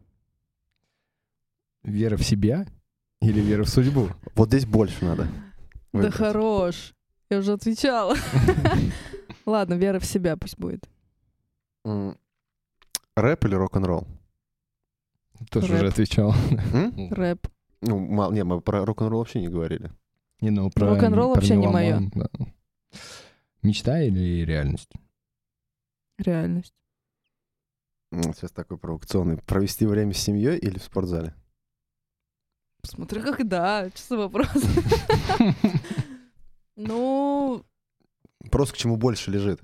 Вера в себя или вера в судьбу? Вот здесь больше надо. Да выбрать. хорош. Я уже отвечала. Ладно, вера в себя пусть будет. Рэп или рок-н-ролл? Тоже Рэп. уже отвечал. Рэп. Ну, мало, не, мы про рок-н-ролл вообще не говорили. Не, ну, про Рок-н-ролл вообще не меломан, да. Мечта или реальность? Реальность. Сейчас такой провокационный. Провести время с семьей или в спортзале? Смотрю, когда. Что за вопрос? Ну... Просто к чему больше лежит.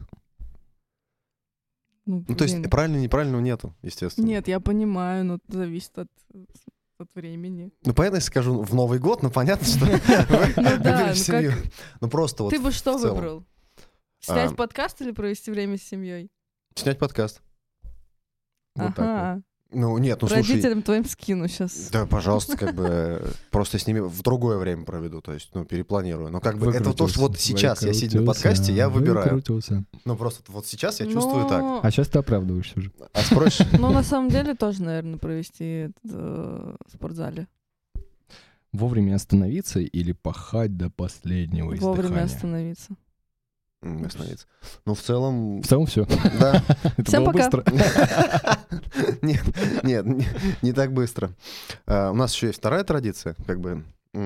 Ну, то есть правильно, неправильного нету, естественно. Нет, я понимаю, но это зависит от времени. Ну, понятно, если скажу в Новый год, но понятно, что выберешь семью. Ну, просто вот ты бы что выбрал? Снять подкаст или провести время с семьей? Снять подкаст. Вот так вот. Ну, нет, ну, слушай... Родителям твоим скину сейчас. Да, пожалуйста, как бы просто с ними в другое время проведу, то есть, ну, перепланирую. Но как бы это то, что вот сейчас я сидя на подкасте, я выбираю. Ну, просто вот сейчас я чувствую так. А сейчас ты оправдываешься уже. А спросишь? Ну, на самом деле, тоже, наверное, провести в спортзале. Вовремя остановиться или пахать до последнего издыхания? Вовремя остановиться. Остановиться. Ну, в целом... В целом все. Да. Всем пока. Нет, не так быстро. У нас еще есть вторая традиция, как бы.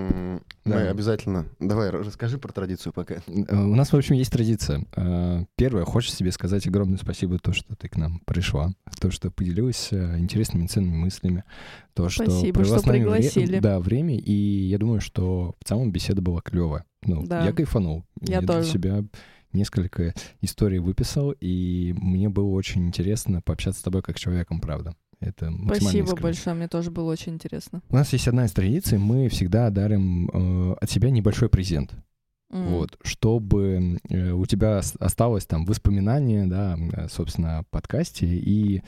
Мы обязательно... Давай, расскажи про традицию пока. У нас, в общем, есть традиция. Первое, хочется тебе сказать огромное спасибо, то, что ты к нам пришла, то, что поделилась интересными, ценными мыслями, то, что спасибо, что пригласили. время, и я думаю, что в целом беседа была клевая. Ну, да. Я кайфанул. Я тоже. Для себя несколько историй выписал, и мне было очень интересно пообщаться с тобой как с человеком, правда. Это максимально Спасибо искренне. большое, мне тоже было очень интересно. У нас есть одна из традиций, мы всегда дарим от себя небольшой презент. Вот, чтобы у тебя осталось там воспоминание, да, собственно, о подкасте, и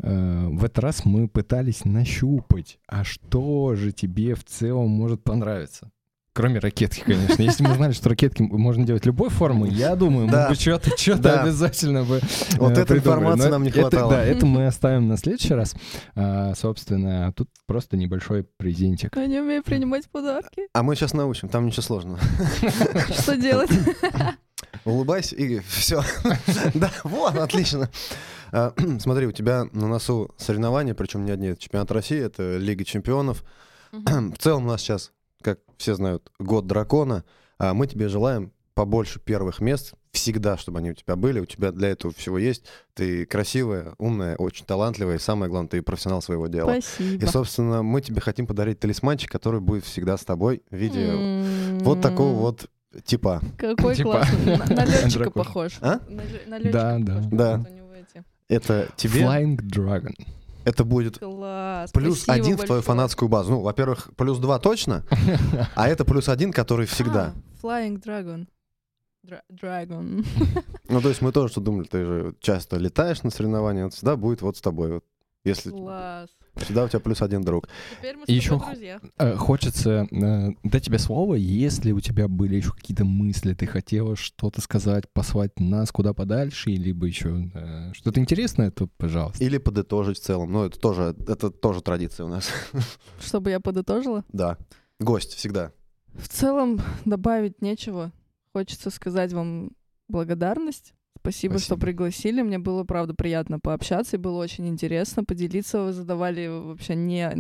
в этот раз мы пытались нащупать, а что же тебе в целом может понравиться. Кроме ракетки, конечно. Если мы знали, что ракетки можно делать любой формы, я думаю, мы бы что-то обязательно бы вот этой информации нам не хватало. Да, это мы оставим на следующий раз. Собственно, тут просто небольшой презентик. Я не умею принимать подарки. А мы сейчас научим, там ничего сложного. Что делать? Улыбайся и все. Да, вот, отлично. Смотри, у тебя на носу соревнования, причем не одни, это чемпионат России, это Лига чемпионов. В целом у нас сейчас, как все знают, год дракона. А мы тебе желаем побольше первых мест, всегда, чтобы они у тебя были. У тебя для этого всего есть. Ты красивая, умная, очень талантливая, и самое главное, ты профессионал своего дела. Спасибо. И, собственно, мы тебе хотим подарить талисманчик, который будет всегда с тобой в виде вот такого вот типа. Какой классный. На летчика похож. А? На летчика похож. Да. Это тебе... Flying Dragon. Это будет Класс, плюс 1 в твою фанатскую базу. Ну, во-первых, плюс 2 точно, а это плюс 1, который всегда. Flying Dragon. Dragon. Ну, то есть мы тоже что думали, ты же часто летаешь на соревнования, вот всегда будет вот с тобой. Вот, если Класс. всегда у тебя плюс 1 друг. Теперь мы с еще тобой друзья. Хочется дать тебе слово, если у тебя были еще какие-то мысли, ты хотела что-то сказать, послать нас куда подальше, либо еще что-то интересное, то пожалуйста. Или подытожить в целом. Ну, это тоже традиция у нас. Чтобы я подытожила? Да. Гость всегда. В целом добавить нечего. Хочется сказать вам благодарность. Спасибо, что пригласили. Мне было, правда, приятно пообщаться, и было очень интересно поделиться. Вы задавали вообще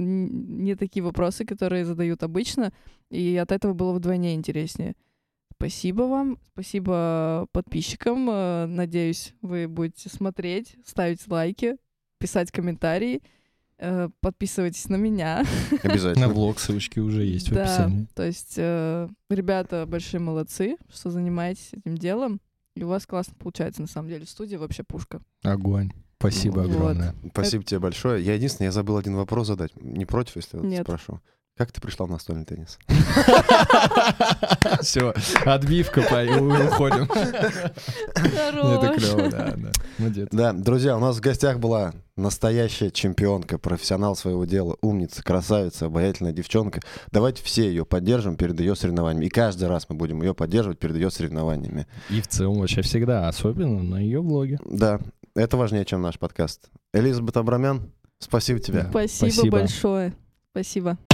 не такие вопросы, которые задают обычно, и от этого было вдвойне интереснее. Спасибо вам, спасибо подписчикам. Надеюсь, вы будете смотреть, ставить лайки, писать комментарии. Подписывайтесь на меня. Обязательно. На влог ссылочки уже есть в описании. То есть ребята большие молодцы, что занимаетесь этим делом. И у вас классно получается, на самом деле. Студия вообще пушка. Огонь. Спасибо огромное. Спасибо тебе большое. Я забыл один вопрос задать. Не против, если я спрошу? Как ты пришла в настольный теннис? Все, отбивка, уходим. Это клево, да. Молодец. Да, друзья, у нас в гостях была настоящая чемпионка, профессионал своего дела, умница, красавица, обаятельная девчонка. Давайте все ее поддержим перед ее соревнованиями. И каждый раз мы будем ее поддерживать перед ее соревнованиями. И в целом вообще всегда, особенно на ее влоге. Да, это важнее, чем наш подкаст. Элизабет Абрамян, спасибо тебе. Спасибо большое. Спасибо.